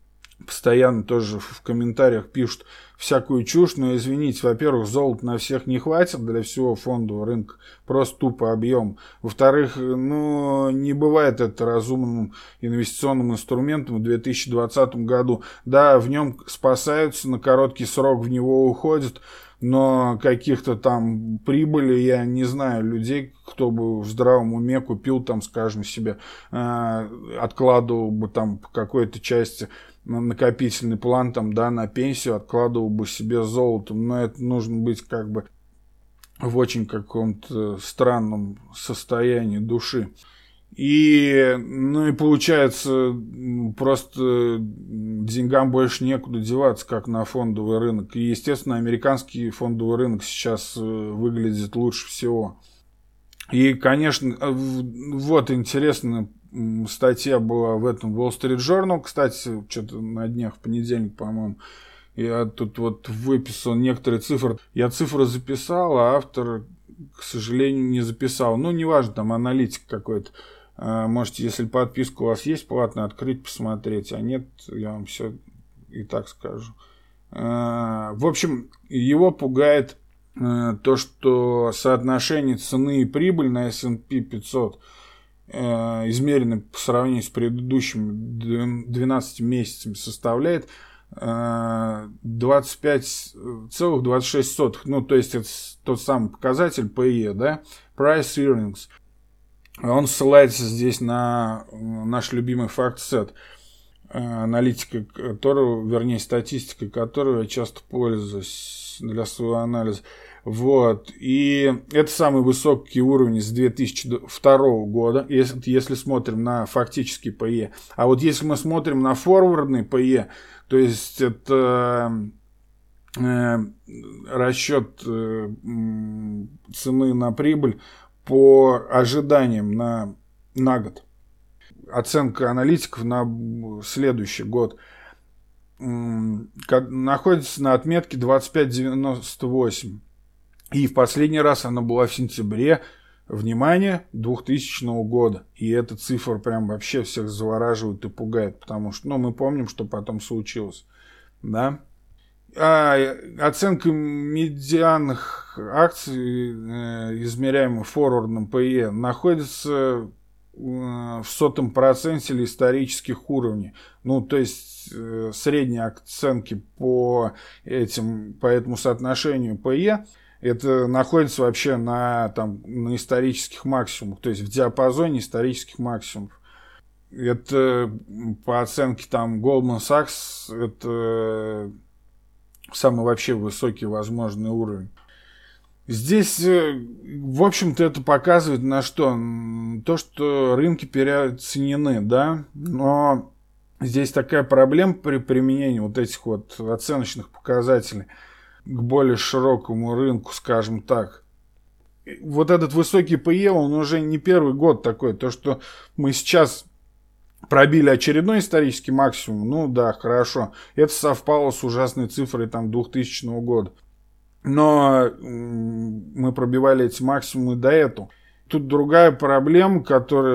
постоянно тоже в комментариях пишут всякую чушь, но извините, во-первых, золота на всех не хватит для всего фондового рынка, просто тупо объем. Во-вторых, не бывает это разумным инвестиционным инструментом в 2020 году. Да, в нем спасаются, на короткий срок в него уходят, но каких-то там прибыли, я не знаю, людей, кто бы в здравом уме купил там, скажем, себе, откладывал бы там по какой-то части накопительный план там, да, на пенсию, откладывал бы себе золотом, но это нужно быть как бы в очень каком-то странном состоянии души. И получается, просто деньгам больше некуда деваться, как на фондовый рынок. И, естественно, американский фондовый рынок сейчас выглядит лучше всего. И, конечно, вот интересная статья была в этом Wall Street Journal, кстати, что-то на днях, в понедельник, по-моему. Я тут вот выписал некоторые цифры. Я цифры записал, а автор, к сожалению, не записал. Неважно, там аналитик какой-то. Можете, если подписка у вас есть платная, открыть, посмотреть. А нет, я вам все и так скажу. В общем, его пугает то, что соотношение цены и прибыли на S&P 500 измеренное по сравнению с предыдущими 12 месяцами составляет 25,26. То есть это тот самый показатель PE, да, Price Earnings. Он ссылается здесь на наш любимый факт-сет, аналитика которого, вернее, статистика которого я часто пользуюсь для своего анализа. Вот. И это самый высокий уровень с 2002 года, если смотрим на фактический PE. А вот если мы смотрим на форвардный PE, то есть это расчет цены на прибыль по ожиданиям на год. Оценка аналитиков на следующий год находится на отметке 25,98. И в последний раз она была в сентябре, внимание, 2000 года. И эта цифра прям вообще всех завораживает и пугает, потому что мы помним, что потом случилось. Да? Оценка медианных акций, измеряемых форвардным PE, находится в 100% исторических уровней. То есть средние оценки по этому соотношению PE, это находится вообще на исторических максимумах, то есть в диапазоне исторических максимумов. Это по оценке Goldman Sachs, это самый вообще высокий возможный уровень. Здесь, в общем-то, это показывает на что? То, что рынки переоценены, да, но здесь такая проблема при применении вот этих вот оценочных показателей к более широкому рынку, скажем так. Вот этот высокий PE, он уже не первый год такой. То, что мы сейчас пробили очередной исторический максимум, да, хорошо. Это совпало с ужасной цифрой 2000 года. Но мы пробивали эти максимумы до этого. Тут другая проблема, которая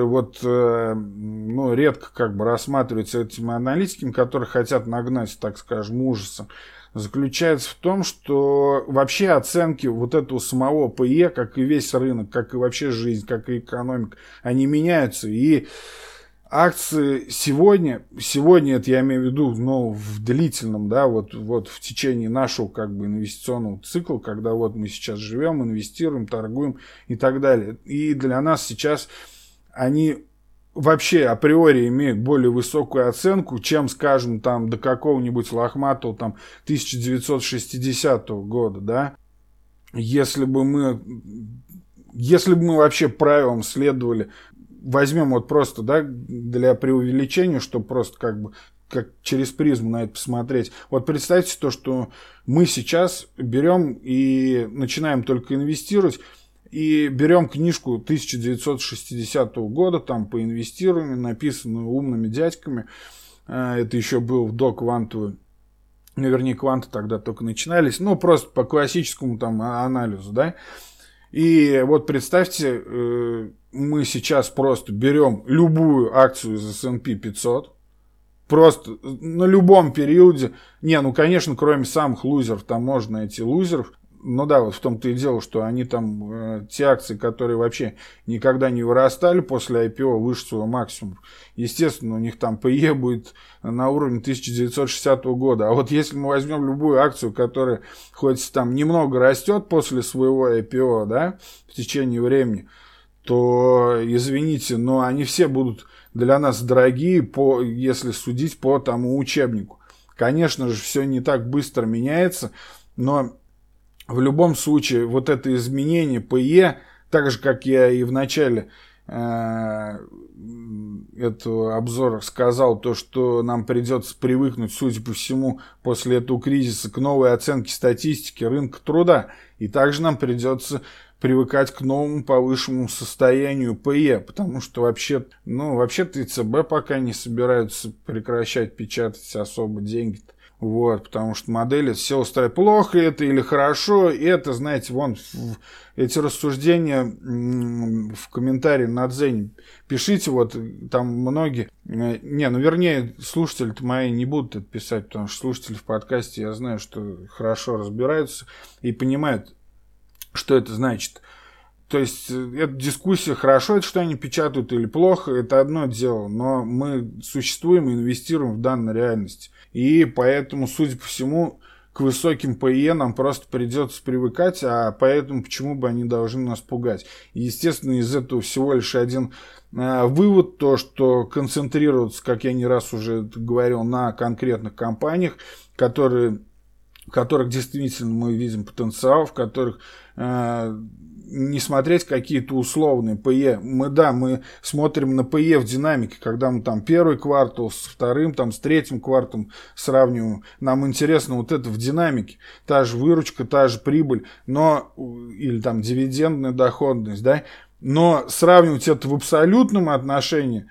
редко рассматривается этими аналитиками, которые хотят нагнать, так скажем, ужаса, заключается в том, что вообще оценки вот этого самого PE, как и весь рынок, как и вообще жизнь, как и экономика, они меняются. И акции сегодня это я имею в виду, в длительном, да, вот в течение нашего инвестиционного цикла, когда мы сейчас живем, инвестируем, торгуем и так далее. И для нас сейчас они вообще априори имеют более высокую оценку, чем, скажем, до какого-нибудь лохматого 1960 года, да. Если бы мы вообще правилам следовали, возьмем просто, да, для преувеличения, чтобы просто как через призму на это посмотреть. Вот представьте то, что мы сейчас берем и начинаем только инвестировать, и берем книжку 1960 года, по инвестированию, написанную умными дядьками. Это еще был вдо квантовый. Вернее, кванты тогда только начинались. Просто по классическому анализу, да. И вот представьте, мы сейчас просто берем любую акцию из S&P 500, просто на любом периоде. Не, ну, конечно, кроме самых лузеров, там можно найти лузеров. Ну да, вот в том-то и дело, что они там, те акции, которые вообще никогда не вырастали после IPO, выше своего максимума, естественно, у них там PE будет на уровне 1960 года. А вот если мы возьмем любую акцию, которая хоть там немного растет после своего IPO, да, в течение времени, то, извините, но они все будут для нас дорогие, если судить по тому учебнику. Конечно же, все не так быстро меняется, но в любом случае вот это изменение PE, так же, как я и в начале этого обзора сказал, то, что нам придется привыкнуть, судя по всему, после этого кризиса к новой оценке статистики рынка труда. И также нам придется привыкать к новому повышенному состоянию PE, потому что вообще-то и ЦБ пока не собираются прекращать печатать особо деньги. Вот, потому что модели все устраивают. Плохо это или хорошо, это, знаете, эти рассуждения в комментарии на Дзене пишите, вот там многие, вернее, слушатели-то мои не будут это писать, потому что слушатели в подкасте, я знаю, что хорошо разбираются и понимают, что это значит. То есть, эта дискуссия, хорошо это, что они печатают или плохо, это одно дело, но мы существуем и инвестируем в данной реальности. И поэтому, судя по всему, к высоким PE нам просто придется привыкать, а поэтому почему бы они должны нас пугать. И, естественно, из этого всего лишь один вывод, то, что концентрироваться, как я не раз уже говорил, на конкретных компаниях, в которых действительно мы видим потенциал, в которых не смотреть какие-то условные PE. Мы смотрим на PE в динамике, когда мы там первый квартал с вторым, там с третьим кварталом сравниваем. Нам интересно вот это в динамике. Та же выручка, та же прибыль, или там дивидендная доходность, да. Но сравнивать это в абсолютном отношении,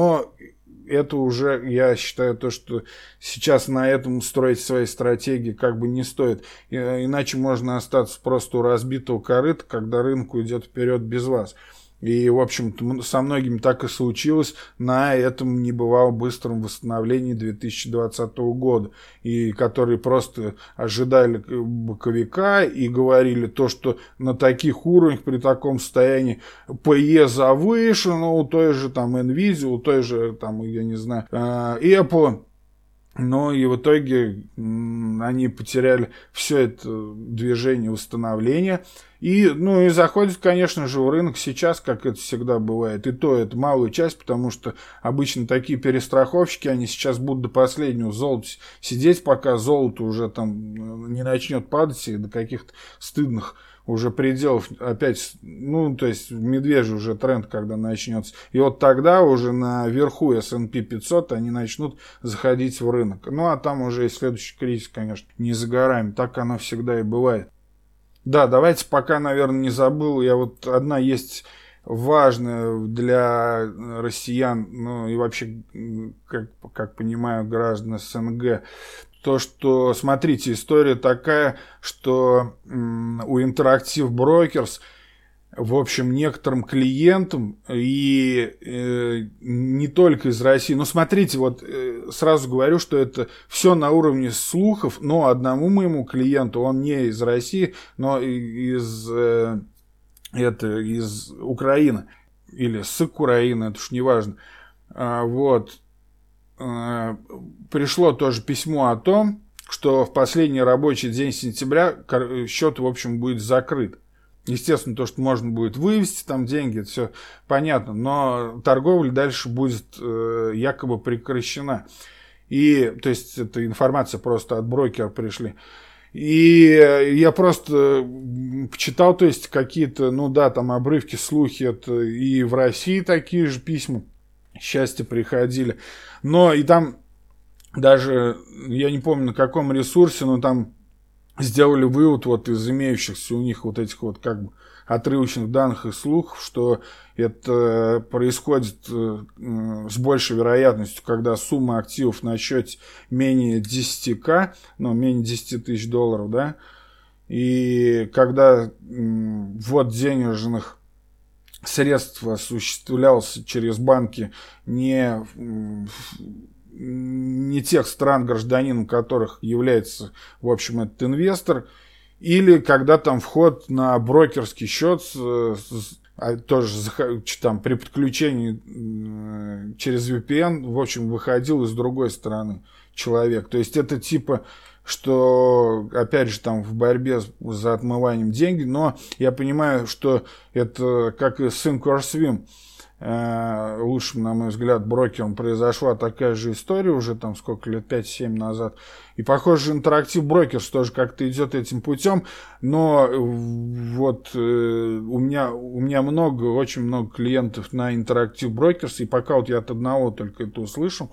это уже, я считаю, то, что сейчас на этом строить свои стратегии как бы не стоит. Иначе можно остаться просто у разбитого корыта, когда рынок уйдет вперед без вас. И, в общем-то, со многими так и случилось на этом небывало быстром восстановлении 2020 года. И которые просто ожидали боковика и говорили то, что на таких уровнях, при таком состоянии PE завышено, у той же там Nvidia, у той же там, я не знаю, Apple. Но и в итоге они потеряли все это движение восстановления. И заходит, конечно же, в рынок сейчас, как это всегда бывает. И то это малая часть, потому что обычно такие перестраховщики, они сейчас будут до последнего золота сидеть, пока золото уже там не начнет падать и до каких-то стыдных уже пределов опять, то есть медвежий уже тренд, когда начнется. И вот тогда уже наверху S&P 500 они начнут заходить в рынок. А там уже и следующий кризис, конечно, не за горами. Так оно всегда и бывает. Да, давайте пока, наверное, не забыл. Одна есть важная для россиян, и вообще, как понимаю, граждан СНГ. То, что, смотрите, история такая, что у Interactive Brokers, в общем, некоторым клиентам, и не только из России, смотрите, сразу говорю, что это все на уровне слухов, но одному моему клиенту, он не из России, но из Украины, или с Украины, это уж не важно, пришло тоже письмо о том, что в последний рабочий день сентября счет, в общем, будет закрыт. Естественно, то, что можно будет вывести там деньги, это все понятно, но торговля дальше будет якобы прекращена. И, то есть, эта информация просто от брокера пришли. И я просто почитал, то есть, какие-то, там обрывки, слухи, это и в России такие же письма счастья приходили. Но и там даже, я не помню на каком ресурсе, но там сделали вывод из имеющихся у них этих как бы отрывочных данных и слухов, что это происходит с большей вероятностью, когда сумма активов на счете менее 10к, менее 10 тысяч долларов, да, и когда ввод денежных средств осуществлялся через банки не не тех стран, гражданином которых является, в общем, этот инвестор, или когда там вход на брокерский счет, тоже там при подключении через VPN, в общем, выходил из другой стороны человек. То есть это типа, что, опять же, там в борьбе за отмыванием денег, но я понимаю, что это как и с Thinkorswim, лучшим, на мой взгляд, брокером произошла такая же история уже там сколько лет, 5-7 назад. И, похоже, Interactive Brokers тоже как-то идет этим путем. Но вот у меня очень много клиентов на Interactive Brokers, и пока вот я от одного только это услышал.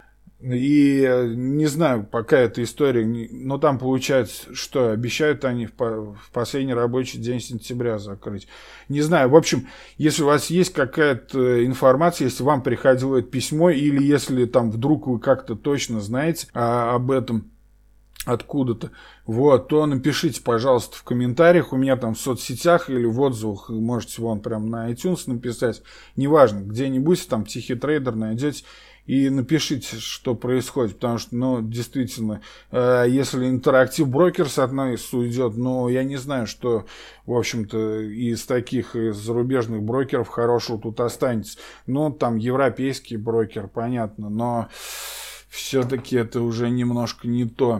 И не знаю, пока эта история, но там получается, что обещают они в последний рабочий день сентября закрыть. Не знаю, в общем, если у вас есть какая-то информация, если вам приходило это письмо, или если там вдруг вы как-то точно знаете об этом откуда-то, вот, то напишите, пожалуйста, в комментариях, у меня там в соцсетях или в отзывах, можете вон прям на iTunes написать, неважно, где-нибудь там Тихий Трейдер найдете. И напишите, что происходит, потому что, ну, действительно, если Interactive Brokers от нас уйдет, ну, я не знаю, что, в общем-то, из таких зарубежных брокеров хорошего тут останется. Ну, там европейский брокер, понятно, но все-таки это уже немножко не то.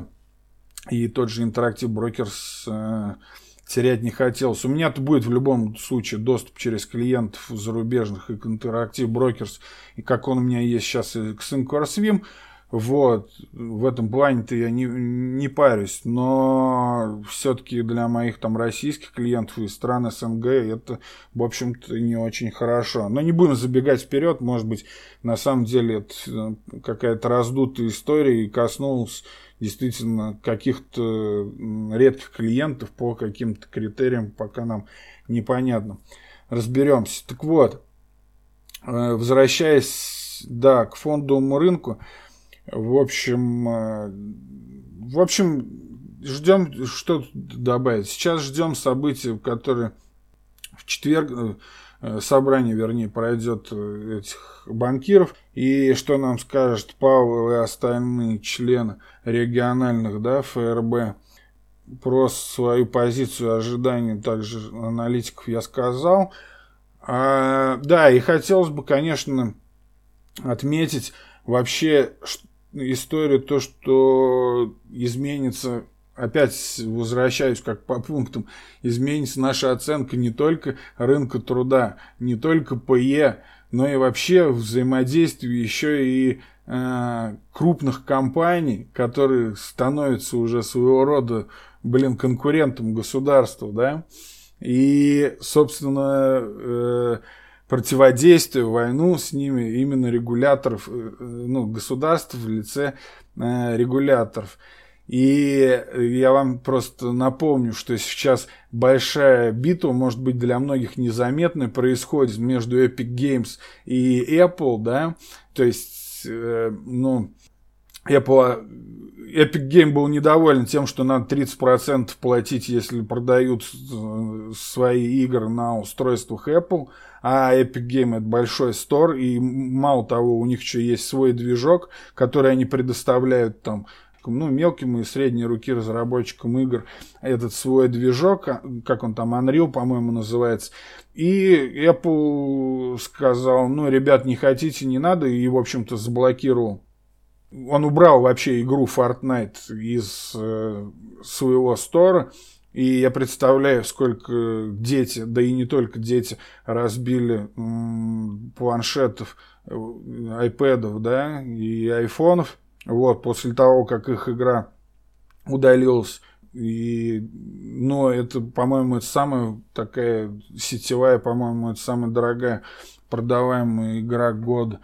И тот же Interactive Brokers терять не хотелось. У меня-то будет в любом случае доступ через клиентов зарубежных и к Interactive Brokers, и как он у меня есть сейчас и к Thinkorswim. Вот, в этом плане-то я не парюсь, но все-таки для моих там российских клиентов из стран СНГ это, в общем-то, не очень хорошо. Но не будем забегать вперед, может быть, на самом деле это какая-то раздутая история и коснулась действительно каких-то редких клиентов по каким-то критериям, пока нам непонятно. Разберемся. Так вот, возвращаясь, да, к фондовому рынку, в общем, ждем, что добавить. Сейчас ждем события, которые в четверг, собрание, вернее, пройдет этих банкиров. И что нам скажет Павел и остальные члены региональных, да, ФРБ про свою позицию ожидания, также аналитиков я сказал. Да, и хотелось бы, конечно, отметить вообще историю, то, что изменится, опять возвращаюсь как по пунктам, изменится наша оценка не только рынка труда, не только ПЕ, но и вообще взаимодействие еще и крупных компаний, которые становятся уже своего рода, конкурентом государства, да, и, собственно, противодействие, войну с ними именно регуляторов, государств в лице регуляторов. И я вам просто напомню, что сейчас большая битва, может быть, для многих незаметной, происходит между Epic Games и Apple, да, то есть, Epic Game был недоволен тем, что надо 30% платить, если продают свои игры на устройствах Apple, а Epic Game это большой стор, и мало того, у них еще есть свой движок, который они предоставляют там, мелким и средней руки разработчикам игр, этот свой движок, как он там, Unreal, по-моему, называется. И Apple сказал, ребят, не хотите, не надо, и, в общем-то, заблокировал. Он убрал вообще игру Fortnite из своего стора. И я представляю, сколько дети, да и не только дети, разбили планшетов, айпэдов, да, и айфонов. Вот, после того, как их игра удалилась. Но это, по-моему, это самая такая сетевая, по-моему, это самая дорогая продаваемая игра года.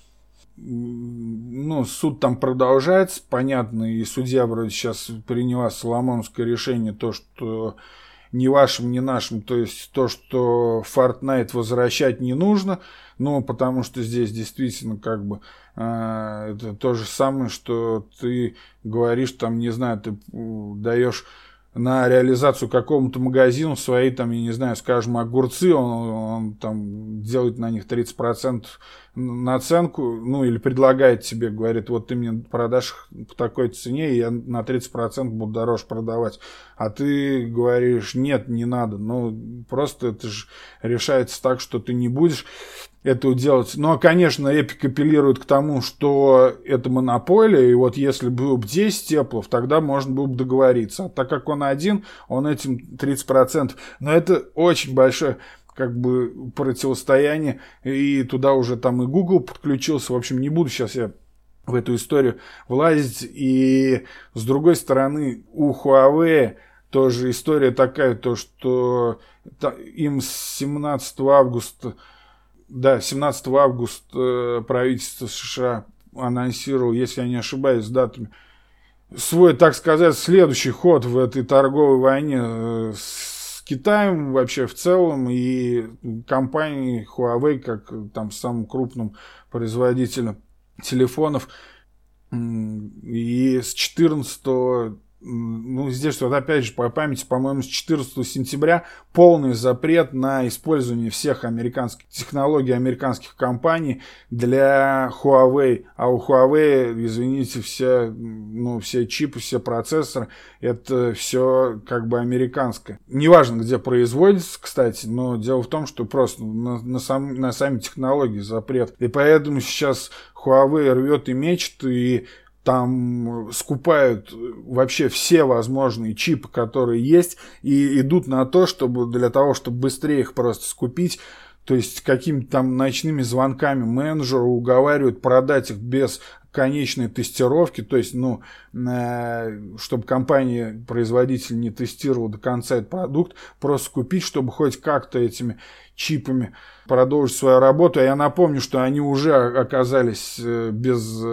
Суд там продолжается, понятно, и судья вроде сейчас приняла соломоновское решение, то, что ни вашим, ни нашим, то есть то, что Fortnite возвращать не нужно, потому что здесь действительно это то же самое, что ты говоришь, там, не знаю, ты даешь на реализацию какому-то магазину свои, там, я не знаю, скажем, огурцы, он там делает на них 30% наценку, ну, или предлагает тебе, говорит, вот ты мне продашь по такой цене, и я на 30% буду дороже продавать. А ты говоришь, нет, не надо. Ну, просто это же решается так, что ты не будешь этого делать. Но, конечно, Epic апеллирует к тому, что это монополия, и вот если было бы 10 Apple, тогда можно было бы договориться. А так как он один, он этим 30%. Но это очень большое как бы противостояние, и туда уже там и Google подключился. В общем, не буду сейчас я в эту историю влазить. И с другой стороны, у Huawei тоже история такая, то что им с 17 августа правительство США анонсировало, если я не ошибаюсь, с датами, свой, так сказать, следующий ход в этой торговой войне с Китаем вообще в целом, и компании Huawei, как там самым крупным производителем телефонов, и с 14, ну, здесь вот опять же по памяти, по-моему, с 14 сентября полный запрет на использование всех американских технологий американских компаний для Huawei. А у Huawei, извините, все чипы, все процессоры, это все как бы американское. Неважно, где производится, кстати, но дело в том, что просто на сами технологии запрет. И поэтому сейчас Huawei рвет и мечет, и там скупают вообще все возможные чипы, которые есть, и идут на то, чтобы для того, чтобы быстрее их просто скупить. То есть какими-то там ночными звонками менеджеру уговаривают продать их без конечной тестировки, то есть, чтобы компания-производитель не тестировала до конца этот продукт, просто купить, чтобы хоть как-то этими чипами продолжить свою работу. А я напомню, что они уже оказались без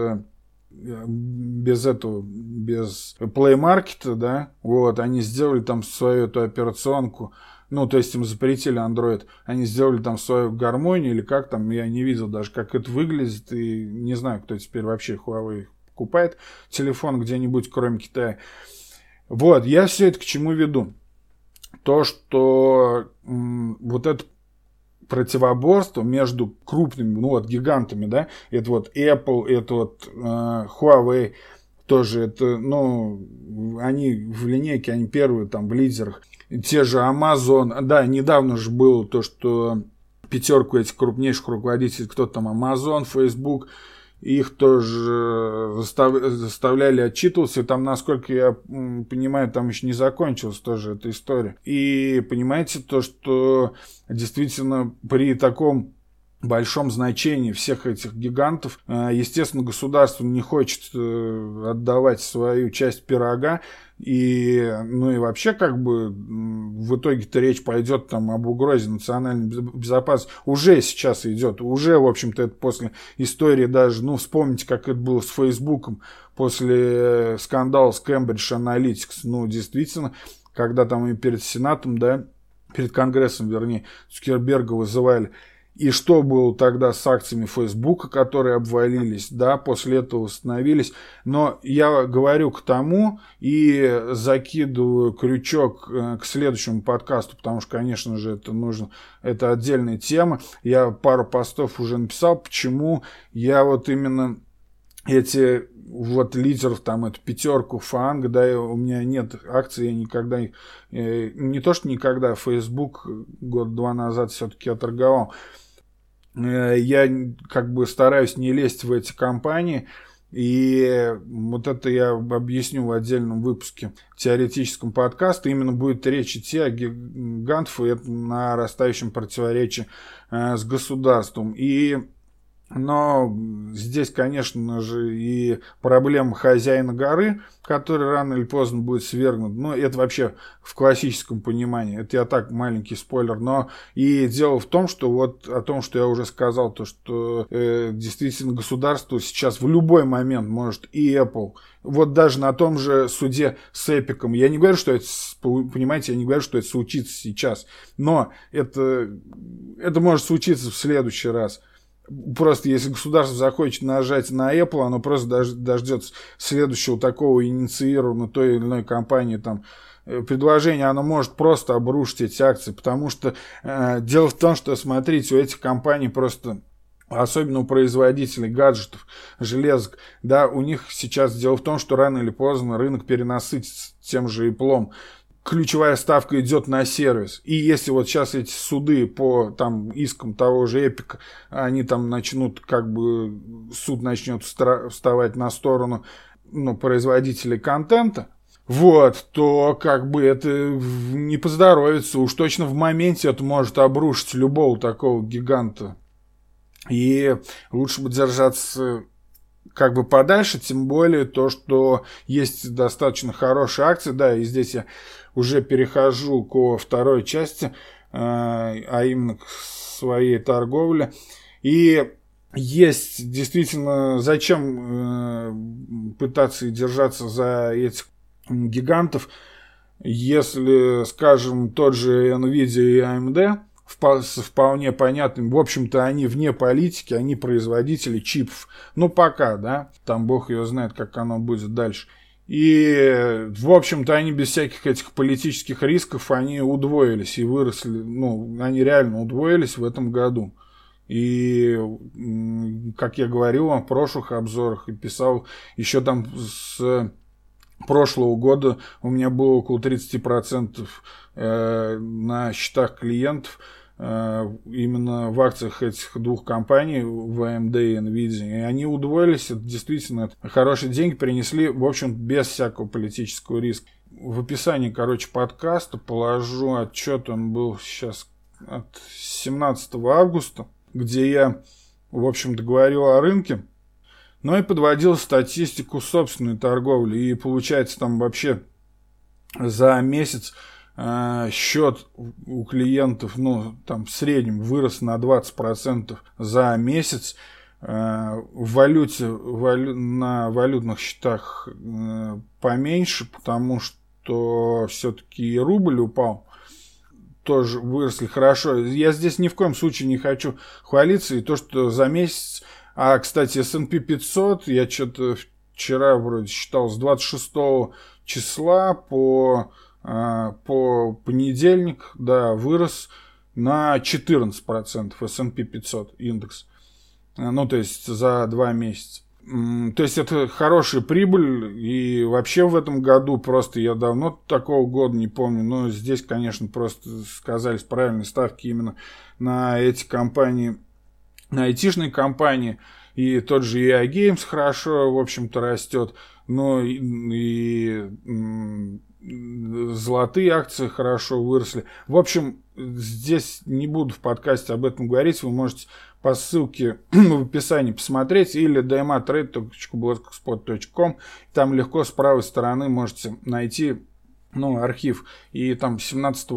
Play Market, да, вот, они сделали там свою эту операционку, то есть им запретили Android, они сделали там свою гармонию, или как там, я не видел даже, как это выглядит, и не знаю, кто теперь вообще Huawei покупает телефон где-нибудь, кроме Китая. Вот, я все это к чему веду? То, что вот это противоборство между крупными, гигантами, да, это вот Apple, это вот Huawei, тоже это, они в линейке, они первые там в лидерах. Те же Amazon, да, недавно же было то, что пятерку этих крупнейших руководителей, кто там, Amazon, Facebook, их тоже заставляли отчитываться, и там, насколько я понимаю, там еще не закончилась тоже эта история. И понимаете, то, что действительно при таком большом значении всех этих гигантов, естественно, государство не хочет отдавать свою часть пирога, и вообще, как бы, в итоге-то речь пойдет там об угрозе национальной безопасности. Уже сейчас идет, уже, в общем-то, это после истории даже, вспомните, как это было с Фейсбуком после скандала с Cambridge Analytics. Действительно, когда там и перед Сенатом, да, перед Конгрессом, вернее, Цукерберга вызывали. И что было тогда с акциями Фейсбука, которые обвалились, да, после этого восстановились. Но я говорю к тому и закидываю крючок к следующему подкасту, потому что, конечно же, это нужно, это отдельная тема. Я пару постов уже написал, почему я вот именно эти вот лидеров, там, эту пятерку Фанг, да, у меня нет акций, я никогда их, не то что никогда, Facebook год-два назад все-таки оторговал. Я как бы стараюсь не лезть в эти компании, и вот это я объясню в отдельном выпуске теоретическом подкаста. Именно будет речь идти о гигантах и нарастающем противоречии с государством. Но здесь, конечно же, и проблема хозяина горы, который рано или поздно будет свергнут. Это вообще в классическом понимании. Это я так, маленький спойлер. Но и дело в том, что вот о том, что я уже сказал, то, что действительно государство сейчас в любой момент может и Apple, вот даже на том же суде с Эпиком. Я не говорю, что это, понимаете, я не говорю, что это случится сейчас. Но это может случиться в следующий раз. Просто если государство захочет нажать на Apple, оно просто дождется следующего такого инициированного той или иной компании там предложение, оно может просто обрушить эти акции, потому что дело в том, что, смотрите, у этих компаний просто, особенно у производителей гаджетов, железок, да, у них сейчас дело в том, что рано или поздно рынок перенасытится тем же Apple. Ключевая ставка идет на сервис. И если вот сейчас эти суды по там искам того же Epic, они там начнут, как бы суд начнет вставать на сторону, ну, производителей контента, вот, то как бы это не поздоровится. Уж точно в моменте это может обрушить любого такого гиганта. И лучше бы держаться как бы подальше, тем более то, что есть достаточно хорошие акции, да, и здесь я уже перехожу ко второй части, а именно к своей торговле. И есть действительно, зачем пытаться держаться за этих гигантов, если, скажем, тот же Nvidia и AMD, с вполне понятным, в общем-то, они вне политики, они производители чипов. Ну, пока, да, там бог ее знает, как оно будет дальше. И, в общем-то, они без всяких этих политических рисков, они удвоились и выросли, ну, они реально удвоились в этом году. И, как я говорил вам в прошлых обзорах и писал, еще там с прошлого года у меня было около 30% на счетах клиентов именно в акциях этих двух компаний, в AMD и Nvidia. И они удвоились, это действительно хорошие деньги принесли, в общем, без всякого политического риска. В описании, короче, подкаста положу отчет, он был сейчас от 17 августа, где я, в общем-то, говорил о рынке, но и подводил статистику собственной торговли. И получается, там вообще за месяц счет у клиентов, ну, там в среднем вырос на 20% за месяц. В валюте, на валютных счетах поменьше, потому что все-таки рубль упал. Тоже выросли хорошо. Я здесь ни в коем случае не хочу хвалиться. И то, что за месяц... А, кстати, S&P 500, я что-то вчера вроде считал, с 26 числа по понедельник, да, вырос на 14% S&P 500 индекс. Ну, то есть за 2 месяца. То есть это хорошая прибыль. И вообще в этом году просто я давно такого года не помню. Но здесь, конечно, просто сказались правильные ставки именно на эти компании, на айтишные компании. И тот же EA Games хорошо, в общем-то, растет. Ну и золотые акции хорошо выросли. В общем, здесь не буду в подкасте об этом говорить. Вы можете по ссылке в описании посмотреть или dmatrade.blogspot.com. Там легко с правой стороны можете найти, ну, архив. И там 17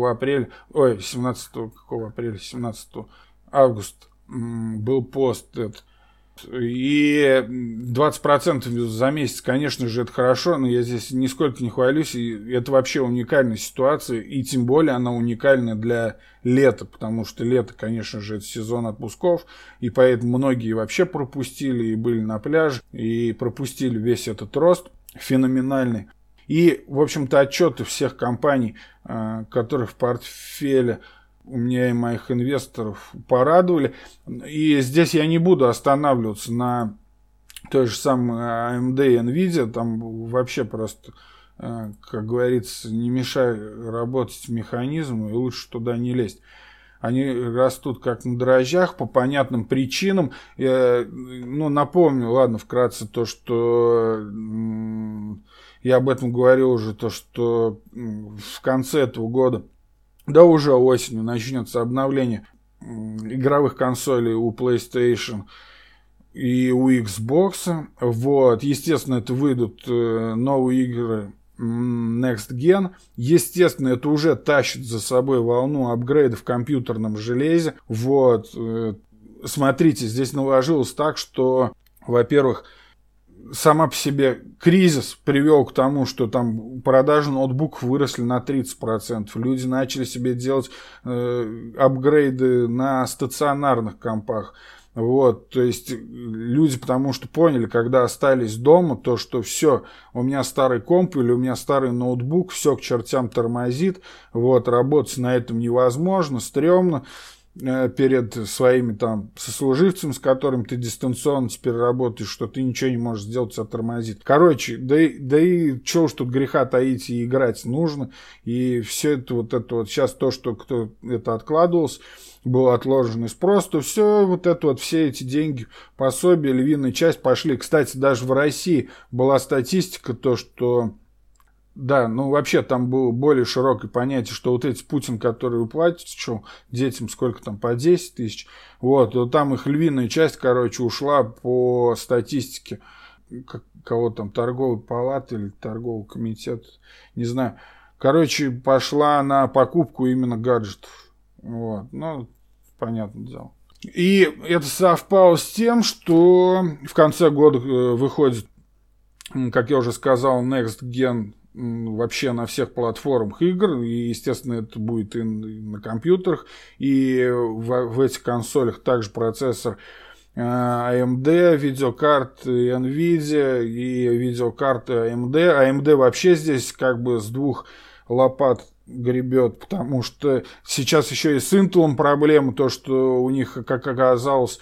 августа был пост этот. И 20% за месяц, конечно же, это хорошо, но я здесь нисколько не хвалюсь, и это вообще уникальная ситуация, и тем более она уникальна для лета, потому что лето, конечно же, это сезон отпусков, и поэтому многие вообще пропустили и были на пляже, и пропустили весь этот рост феноменальный. И, в общем-то, отчеты всех компаний, которые в портфеле у меня и моих инвесторов порадовали. И здесь я не буду останавливаться на той же самой AMD и Nvidia. Там вообще просто, как говорится, не мешай работать механизму и лучше туда не лезть. Они растут как на дрожжах по понятным причинам. Ну, напомню, ладно, вкратце то, что я об этом говорил уже, то, что в конце этого года, да уже осенью, начнется обновление игровых консолей у PlayStation и у Xbox. Вот. Естественно, это выйдут новые игры Next Gen. Естественно, это уже тащит за собой волну апгрейдов в компьютерном железе. Вот. Смотрите, здесь наложилось так, что, во-первых, сама по себе кризис привел к тому, что там продажи ноутбуков выросли на 30%. Люди начали себе делать апгрейды на стационарных компах. Вот, то есть люди потому что поняли, когда остались дома, то, что все, у меня старый комп или у меня старый ноутбук, все к чертям тормозит, вот, работать на этом невозможно, стрёмно перед своими там сослуживцами, с которыми ты дистанционно теперь работаешь, что ты ничего не можешь сделать, тебя тормозит. Короче, да и что уж тут греха таить, и играть нужно, и все это вот сейчас то, что кто это откладывался, было отложено из просто, все вот это вот, все эти деньги, пособия, львиная часть пошли. Кстати, даже в России была статистика, то, что да, ну вообще там было более широкое понятие, что вот эти Путин, которые выплачивал детям сколько там, по 10 тысяч, вот, то там их львиная часть, короче, ушла по статистике кого там, торговой палаты или торгового комитета, не знаю. Короче, пошла на покупку именно гаджетов. Вот, ну, понятное дело. И это совпало с тем, что в конце года выходит, как я уже сказал, Next Gen вообще на всех платформах игр, и, естественно, это будет и на компьютерах, и в этих консолях также процессор AMD, видеокарты NVIDIA и видеокарты AMD. AMD вообще здесь как бы с двух лопат гребет, потому что сейчас еще и с Intel проблема, то, что у них, как оказалось,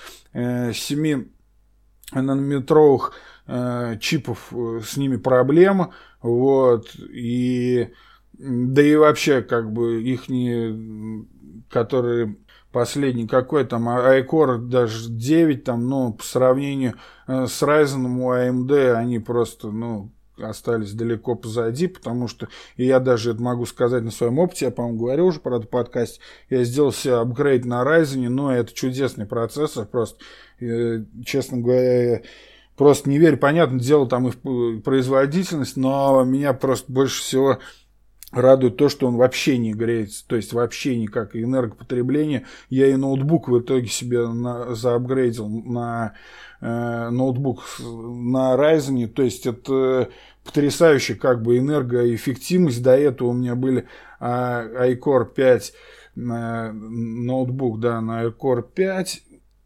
7-нанометровых чипов, с ними проблема, вот, и да и вообще, как бы, ихние, которые последний, какой там, iCore даже 9, там, ну, по сравнению с Ryzen у AMD, они просто, ну, остались далеко позади, потому что, и я даже это могу сказать на своем опыте, я, по-моему, говорил уже про этот подкаст, я сделал себе апгрейд на Ryzen, но это чудесный процессор, просто, честно говоря, просто не верю, понятное дело, там и в производительность, но меня просто больше всего радует то, что он вообще не греется, то есть вообще никак, и энергопотребление. Я и ноутбук в итоге себе заапгрейдил на ноутбук на Ryzen, то есть это потрясающая как бы энергоэффективность. До этого у меня были iCore 5 ноутбук, да, на iCore 5,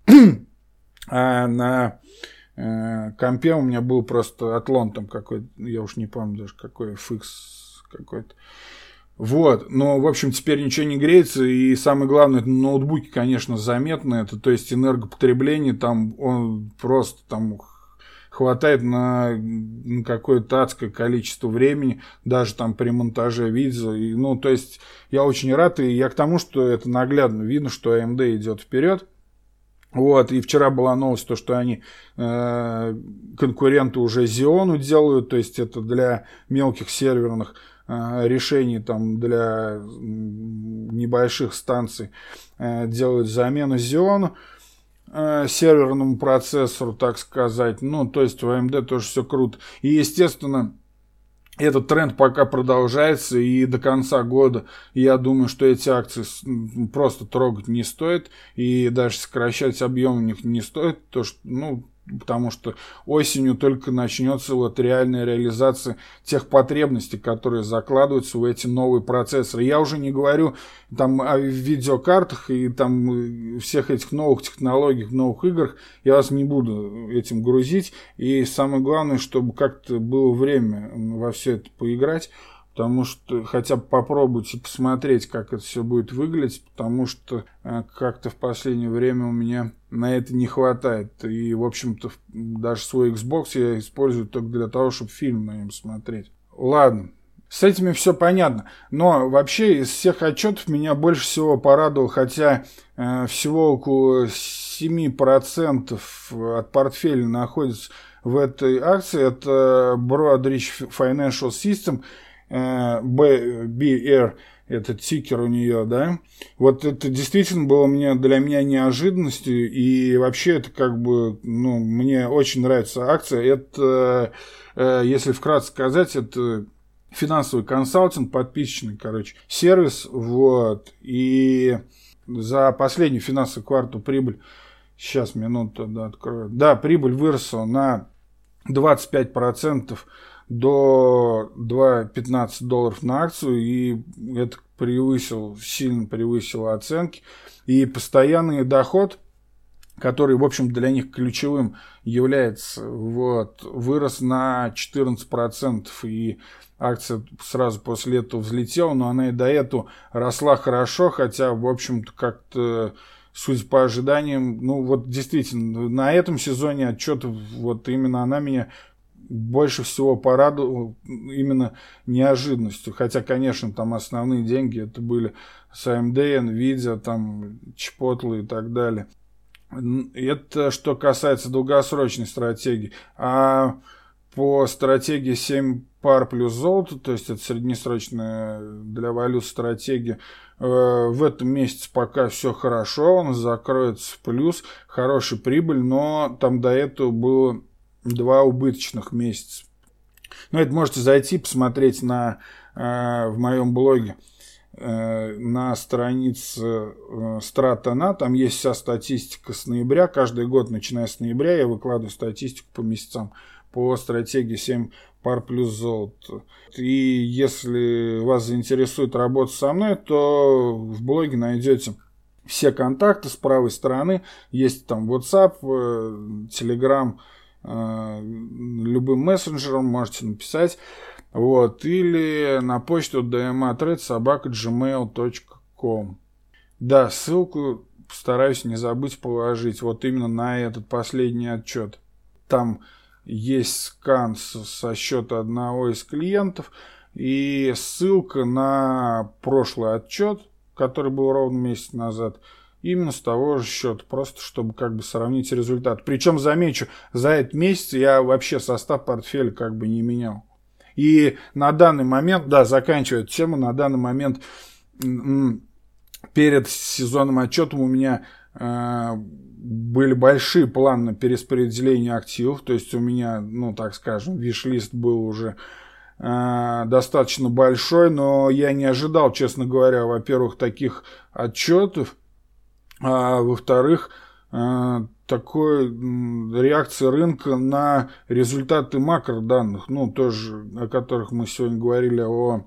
а на компе у меня был просто Атлон там какой-то, я уж не помню даже какой, FX какой-то. Вот, но, в общем, теперь ничего не греется, и самое главное, это на ноутбуке, конечно, заметно это, то есть энергопотребление там, он просто там хватает на какое-то адское количество времени, даже там при монтаже видео, и, ну, то есть я очень рад, и я к тому, что это наглядно видно, что AMD идет вперед. Вот, и вчера была новость, то, что они конкуренты уже Xeon делают, то есть это для мелких серверных решений, там, для небольших станций делают замену Xeon серверному процессору, так сказать. Ну, то есть у AMD тоже все круто. И, естественно, этот тренд пока продолжается, и до конца года я думаю, что эти акции просто трогать не стоит, и даже сокращать объем у них не стоит, то, что, ну, потому что осенью только начнется вот реальная реализация тех потребностей, которые закладываются в эти новые процессоры. Я уже не говорю там о видеокартах и там всех этих новых технологиях, новых играх. Я вас не буду этим грузить. И самое главное, чтобы как-то было время во все это поиграть. Потому что хотя бы попробовать и посмотреть, как это все будет выглядеть, потому что как-то в последнее время у меня на это не хватает. И, в общем-то, даже свой Xbox я использую только для того, чтобы фильм на нем смотреть. Ладно, с этими все понятно. Но вообще из всех отчетов меня больше всего порадовал, хотя всего около 7% от портфеля находится в этой акции. Это Broadridge Financial System, BR, этот тикер у нее, да, вот это действительно было для меня неожиданностью, и вообще это как бы, ну, мне очень нравится акция. Это, если вкратце сказать, это финансовый консалтинг, подписочный, короче, сервис, вот, и за последний финансовый квартал прибыль, сейчас минуту, да, открою, да, прибыль выросла на 25%, до $2.15 на акцию, и это сильно превысило оценки. И постоянный доход который, в общем, для них ключевым является, вот, вырос на 14%, и акция сразу после этого взлетела, но она и до этого росла хорошо, хотя, в общем-то, как-то, судя по ожиданиям, ну, вот, действительно, на этом сезоне отчетов, вот, именно она меня больше всего порадовала именно неожиданностью, хотя, конечно, там основные деньги это были с AMD, Nvidia, там, Chipotle и так далее. Это что касается долгосрочной стратегии. А по стратегии 7 пар плюс золото, то есть это среднесрочная для валют стратегия, в этом месяце пока все хорошо, он закроется в плюс, хорошая прибыль, но там до этого было 2 убыточных месяца. Но это можете зайти, посмотреть в моем блоге. На странице Стратона, там есть вся статистика с ноября, каждый год, начиная с ноября, я выкладываю статистику по месяцам по стратегии 7 пар плюс золото. И если вас заинтересует работа со мной, то в блоге найдете все контакты с правой стороны, есть там WhatsApp, Telegram, любым мессенджером можете написать. Вот, или на почту dmatrade@gmail.com. Да, ссылку постараюсь не забыть положить вот именно на этот последний отчет. Там есть скан со счета одного из клиентов и ссылка на прошлый отчет, который был ровно месяц назад, именно с того же счета, просто чтобы как бы сравнить результат. Причем, замечу, за этот месяц я вообще состав портфеля как бы не менял. И на данный момент, да, заканчивая эту тему, на данный момент перед сезонным отчетом у меня были большие планы на перераспределение активов, то есть у меня, ну, так скажем, виш-лист был уже достаточно большой, но я не ожидал, честно говоря, во-первых, таких отчетов, а во-вторых, такой реакции рынка на результаты макроданных, ну, тоже, о которых мы сегодня говорили,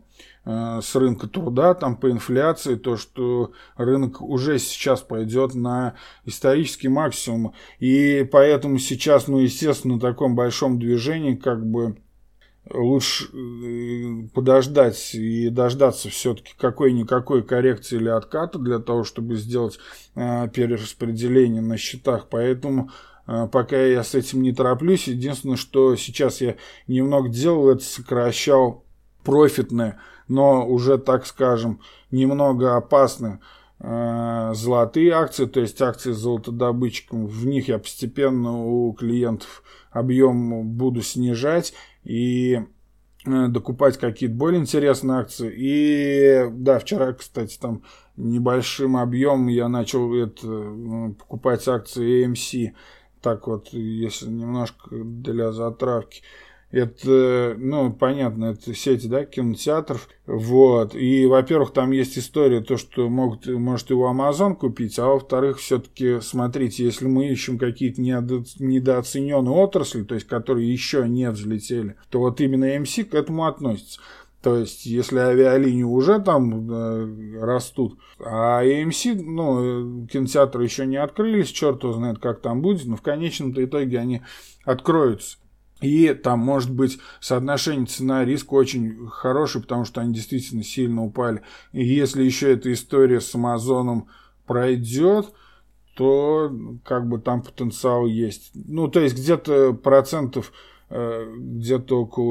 с рынка труда, там по инфляции, то, что рынок уже сейчас пойдет на исторический максимум, и поэтому сейчас, ну, естественно, на таком большом движении, как бы, лучше подождать и дождаться все-таки какой-никакой коррекции или отката для того, чтобы сделать перераспределение на счетах. Поэтому пока я с этим не тороплюсь. Единственное, что сейчас я немного делал, это сокращал профитные, но уже, так скажем, немного опасные золотые акции, то есть акции с золотодобытчиком. В них я постепенно у клиентов объем буду снижать и докупать какие-то более интересные акции. И да, вчера, кстати, там небольшим объемом я начал покупать акции AMC. Так вот, если немножко для затравки. Это, ну, понятно, это сети, да, кинотеатров. Вот. И, во-первых, там есть история, то, что может его Amazon купить, а во-вторых, все-таки, смотрите, если мы ищем какие-то недооцененные отрасли, то есть, которые еще не взлетели, то вот именно AMC к этому относится. То есть, если авиалинии уже там растут, а AMC, ну, кинотеатры еще не открылись, черт его знает, как там будет, но в конечном-то итоге они откроются. И там может быть соотношение цена-риск очень хорошее, потому что они действительно сильно упали. И если еще эта история с Амазоном пройдет, то как бы там потенциал есть. Ну, то есть где-то процентов, где-то около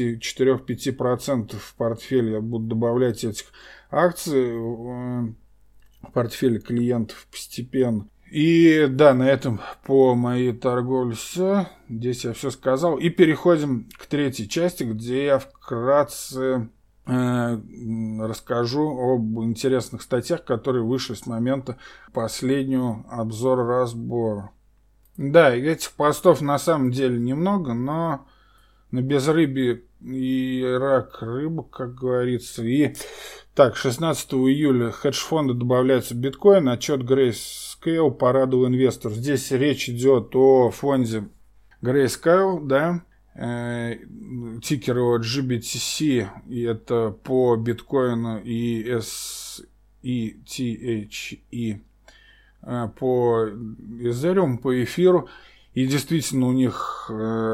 4-5% в портфель я буду добавлять этих акций в портфель клиентов постепенно. И да, на этом по моей торговле все. Здесь я все сказал. И переходим к третьей части, где я вкратце расскажу об интересных статьях, которые вышли с момента последнего обзора-разбора. Да, этих постов на самом деле немного, но на безрыбье и рак рыба, как говорится. И так, 16 июля хедж-фонды добавляются в биткоин. Отчет Grayscale порадовал инвесторов. Здесь речь идет о фонде Grayscale, да. Тикер его GBTC, и это по биткоину и SETHE по Ethereum, по эфиру. И действительно у них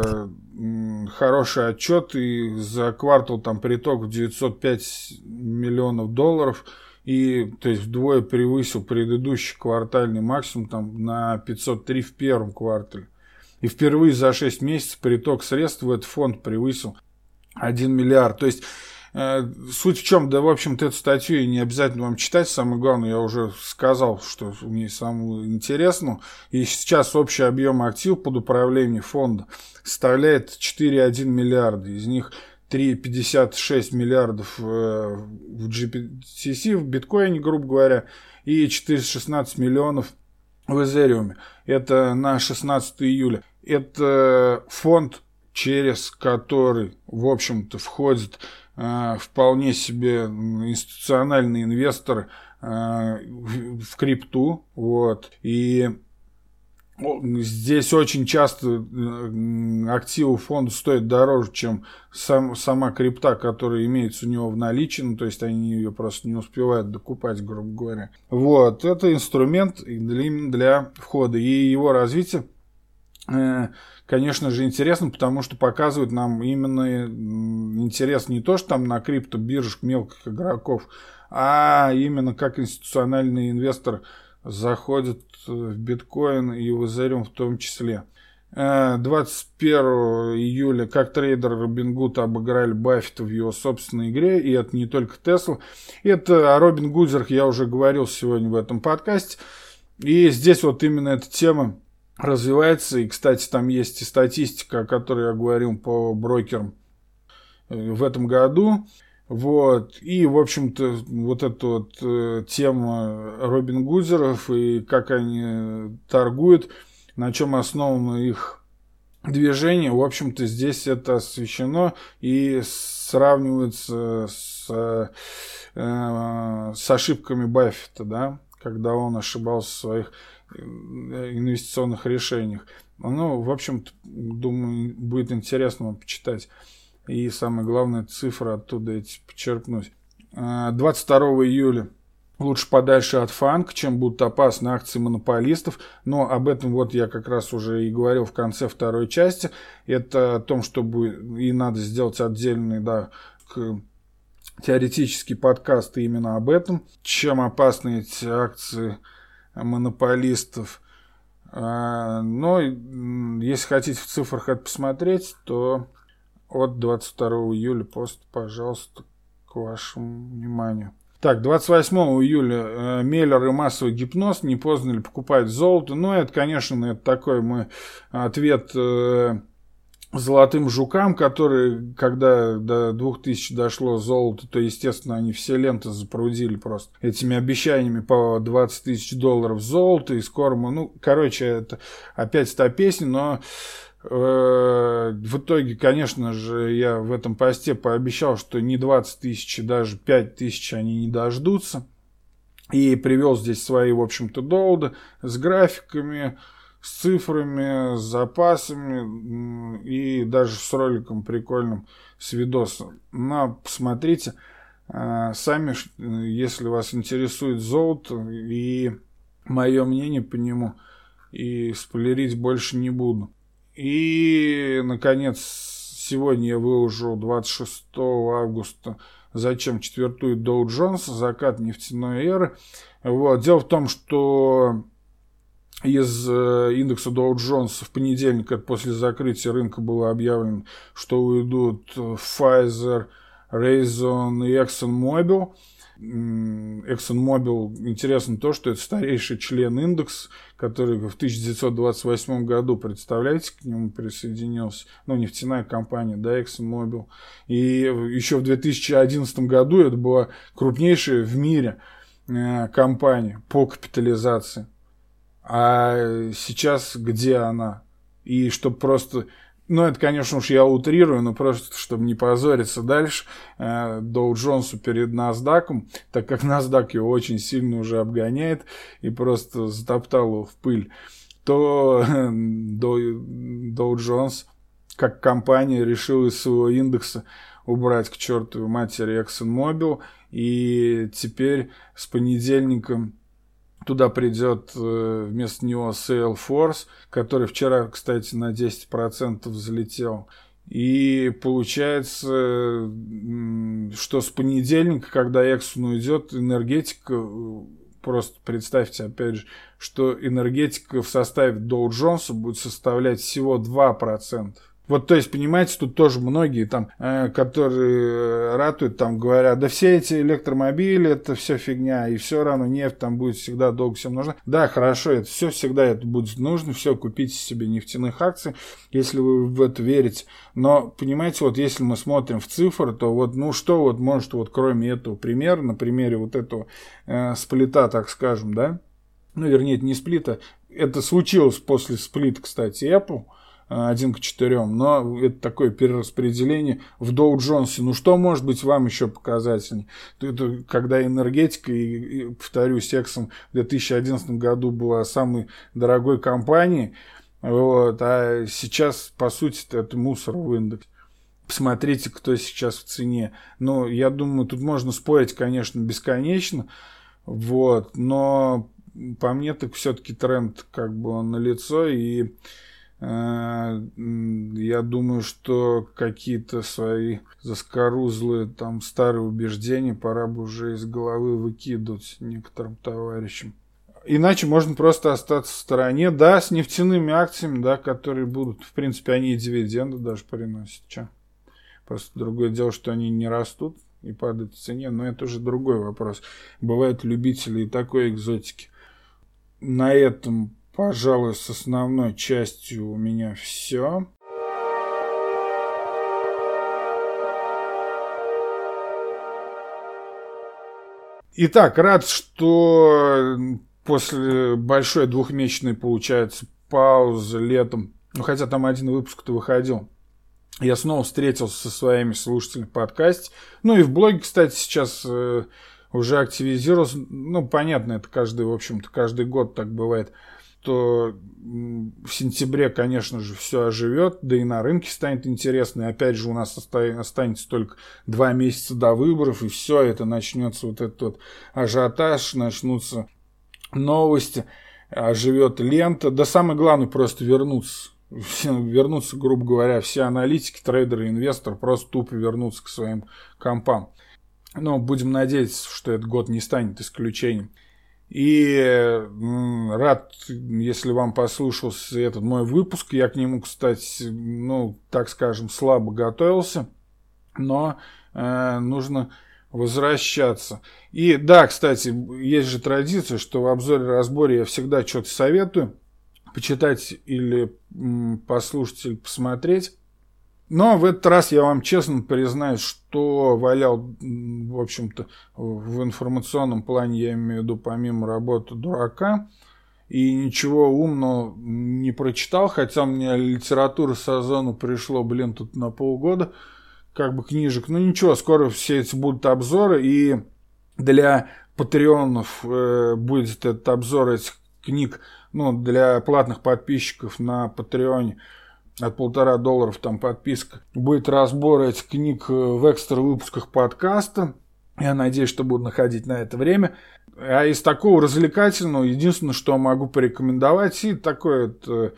хороший отчет, и за квартал там приток в $905 миллионов, и то есть вдвое превысил предыдущий квартальный максимум там, на 503 в первом квартале. И впервые за 6 месяцев приток средств в этот фонд превысил 1 миллиард. То есть суть в чем? Да, в общем-то, эту статью и не обязательно вам читать. Самое главное, я уже сказал, что в ней самое интересное. И сейчас общий объем активов под управлением фонда составляет 4,1 миллиарда. Из них 3,56 миллиардов в GBTC, в биткоине, грубо говоря, и 416 миллионов в Ethereum. Это на 16 июля. Это фонд, через который, в общем-то, входит вполне себе институциональные инвесторы в крипту. Вот. И здесь очень часто активы фонда стоят дороже, чем сама крипта, которая имеется у него в наличии. Ну, то есть они ее просто не успевают докупать, грубо говоря. Вот. Это инструмент именно для входа. И его развитие, конечно же, интересно, потому что показывает нам именно интерес не то, что там на криптобиржах мелких игроков, а именно как институциональный инвестор заходит в биткоин и в Ethereum в том числе. 21 июля как трейдер Robinhood обыграли Баффета в его собственной игре, и это не только Tesla. Это о Робин Гудзерах я уже говорил сегодня в этом подкасте. И здесь вот именно эта тема развивается. И, кстати, там есть и статистика, о которой я говорил по брокерам в этом году. Вот. И, в общем-то, вот эта вот тема Робин Гудзеров и как они торгуют, на чем основано их движение, в общем-то, здесь это освещено и сравнивается с ошибками Баффета, да, когда он ошибался в своих инвестиционных решениях. Ну, в общем-то, думаю, будет интересно вам почитать. И самое главное, цифры оттуда эти почерпнуть. 22 июля лучше подальше от фанк, чем будут опасны акции монополистов. Но об этом вот я как раз уже и говорил в конце второй части. Это о том, что будет, и надо сделать отдельный, да, теоретический подкаст именно об этом. Чем опасны эти акции монополистов. Но если хотите в цифрах это посмотреть, то от 22 июля пост, пожалуйста, к вашему вниманию. Так, 28 июля Меллер и массовый гипноз. Не поздно ли покупать золото? Ну, это, конечно, это такой мой ответ золотым жукам, которые, когда до 2000 дошло золото, то, естественно, они все ленты запрудили просто этими обещаниями по $20 тысяч золота. И скоро мы, ну, короче, это опять та песня, но в итоге, конечно же, я в этом посте пообещал, что не 20 тысяч, даже 5 тысяч они не дождутся. И привел здесь свои, в общем-то, доводы с графиками, с цифрами, с запасами и даже с роликом прикольным, с видосом. Но посмотрите сами, если вас интересует золото и мое мнение по нему, и спойлерить больше не буду. И, наконец, сегодня я выложил 26 августа «Зачем четвертует Доу Джонс? Закат нефтяной эры». Вот. Дело в том, что из индекса Dow Jones в понедельник, это после закрытия рынка, было объявлено, что уйдут Pfizer, Raytheon и ExxonMobil. ExxonMobil интересно то, что это старейший член индекса, который в 1928 году, представляете, к нему присоединился, ну, нефтяная компания, да, ExxonMobil. И еще в 2011 году это была крупнейшая в мире компания по капитализации. А сейчас где она? И чтобы просто... Ну, это, конечно уж, я утрирую, но просто, чтобы не позориться дальше Доу Джонсу перед NASDAQ, так как NASDAQ его очень сильно уже обгоняет и просто затоптал его в пыль, то Доу Джонс, как компания, решила из своего индекса убрать к чертовой матери ExxonMobil, и теперь с понедельника Туда придет вместо него Salesforce, который вчера, кстати, на 10% взлетел. И получается, что с понедельника, когда Exxon уйдет, энергетика, просто представьте, опять же, что энергетика в составе Dow Jones будет составлять всего 2%. Вот, то есть, понимаете, тут тоже многие там, которые ратуют, там говорят, да все эти электромобили, это все фигня, и все равно нефть там будет всегда долго всем нужна. Да, хорошо, это все всегда это будет нужно, все, купите себе нефтяных акций, если вы в это верите. Но, понимаете, вот если мы смотрим в цифры, то вот, ну что вот может вот кроме этого примера, на примере вот этого сплита, так скажем, да, ну, вернее, это не сплита, это случилось после сплита, кстати, Apple, 1 к 4, но это такое перераспределение в Dow Jones. Ну, что может быть вам еще показательнее? Это когда энергетика, и повторюсь, Exxon в 2011 году была самой дорогой компанией, вот, а сейчас, по сути, это мусор в индексе. Посмотрите, кто сейчас в цене. Ну, я думаю, тут можно спорить, конечно, бесконечно, вот, но по мне так все-таки тренд как бы он налицо, и я думаю, что какие-то свои заскорузлые там старые убеждения пора бы уже из головы выкидывать некоторым товарищам. Иначе можно просто остаться в стороне, да, с нефтяными акциями, да, которые будут, в принципе, они и дивиденды даже приносят. Че? Просто другое дело, что они не растут и падают в цене, но это уже другой вопрос. Бывают любители и такой экзотики. На этом, пожалуй, с основной частью у меня все. Итак, рад, что после большой двухмесячной, получается, паузы летом, ну хотя там один выпуск-то выходил, я снова встретился со своими слушателями в подкасте. Ну и в блоге, кстати, сейчас уже активизировался. Ну, понятно, это каждый, в общем-то, каждый год так бывает, что в сентябре, конечно же, все оживет, да и на рынке станет интересно. И опять же, у нас останется только 2 месяца до выборов, и все, это начнется вот этот вот ажиотаж, начнутся новости, оживет лента. Да самое главное просто вернуться, грубо говоря, все аналитики, трейдеры, инвесторы просто тупо вернутся к своим компам. Но будем надеяться, что этот год не станет исключением. И рад, если вам послушался этот мой выпуск. Я к нему, кстати, ну, так скажем, слабо готовился, но нужно возвращаться. И да, кстати, есть же традиция, что в обзоре-разборе я всегда что-то советую почитать или послушать, или посмотреть. Но в этот раз я вам честно признаюсь, что валял, в общем-то, в информационном плане, я имею в виду, помимо работы дурака, и ничего умного не прочитал, хотя у меня литература с Озону пришло, тут на полгода, как бы книжек. Ну ничего, скоро все эти будут обзоры, и для патреонов будет этот обзор этих книг, ну, для платных подписчиков на Патреоне. От $1,5 там подписка. Будет разбор этих книг в экстра выпусках подкаста. Я надеюсь, что буду находить на это время. А из такого развлекательного, единственное, что могу порекомендовать, и такое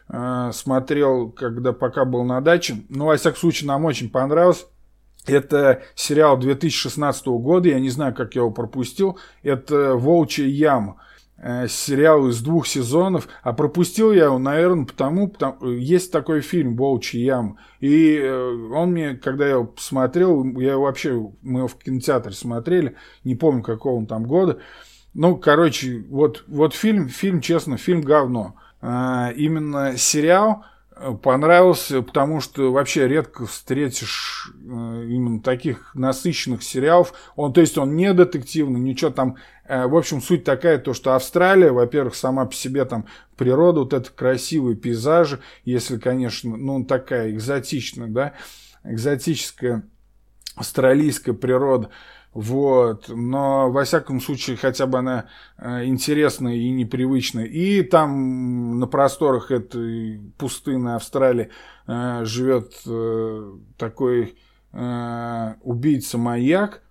смотрел, пока был на даче. Ну, во всяком случае, нам очень понравилось. Это сериал 2016 года. Я не знаю, как я его пропустил. Это «Волчья яма». Сериал из 2 сезонов, а пропустил я его, наверное, потому есть такой фильм «Волчья яма», и он мне, когда я его посмотрел, мы его в кинотеатре смотрели, не помню, какого он там года, ну, короче, вот фильм, честно, фильм говно, именно сериал понравился, потому что вообще редко встретишь именно таких насыщенных сериалов. То есть он не детективный, ничего там. В общем, суть такая, то, что Австралия, во-первых, сама по себе там природа, вот это красивые пейзажи, если, конечно, ну, такая экзотичная, да, экзотическая австралийская природа. Вот, но во всяком случае хотя бы она интересная и непривычная. И там на просторах этой пустынной Австралии живет такой убийца-маньяк.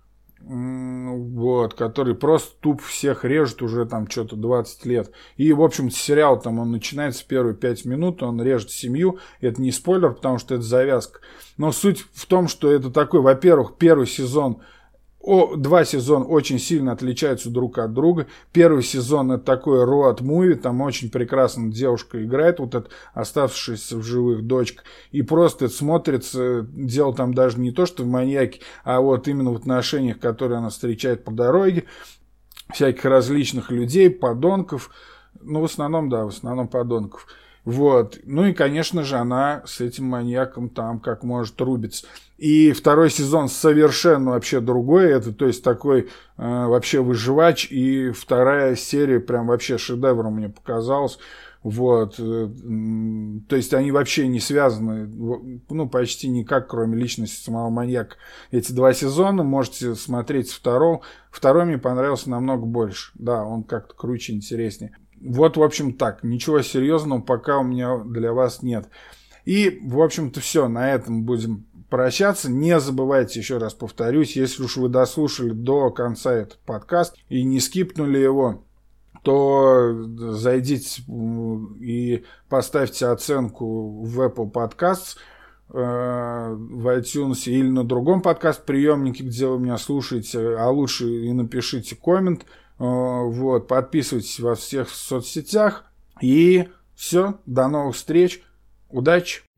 вот, который просто туп всех режет уже там что-то 20 лет. И, в общем-то, сериал там, он начинается в первые 5 минут, он режет семью. Это не спойлер, потому что это завязка. Но суть в том, что это такой, во-первых, первый сезон, два сезона очень сильно отличаются друг от друга. Первый сезон это такой роад-муви, там очень прекрасно девушка играет, вот эта оставшаяся в живых дочка. И просто это смотрится, дело там даже не то, что в маньяке, а вот именно в отношениях, которые она встречает по дороге. Всяких различных людей, подонков. Ну, в основном подонков. Вот. Ну и, конечно же, она с этим маньяком там как может рубится. И второй сезон совершенно вообще другой. Это, то есть, такой вообще выживач. И вторая серия прям вообще шедевром мне показалась. Вот. То есть, они вообще не связаны, ну, почти никак, кроме личности самого маньяка. Эти два сезона можете смотреть второго. Второй мне понравился намного больше. Да, он как-то круче, интереснее. Вот, в общем, так. Ничего серьезного пока у меня для вас нет. И, в общем-то, все. На этом будем прощаться. Не забывайте, еще раз повторюсь, если уж вы дослушали до конца этот подкаст и не скипнули его, то зайдите и поставьте оценку в Apple Podcasts, в iTunes или на другом подкаст-приемнике, где вы меня слушаете, а лучше и напишите коммент. Вот, подписывайтесь во всех соцсетях. И все, до новых встреч, удачи!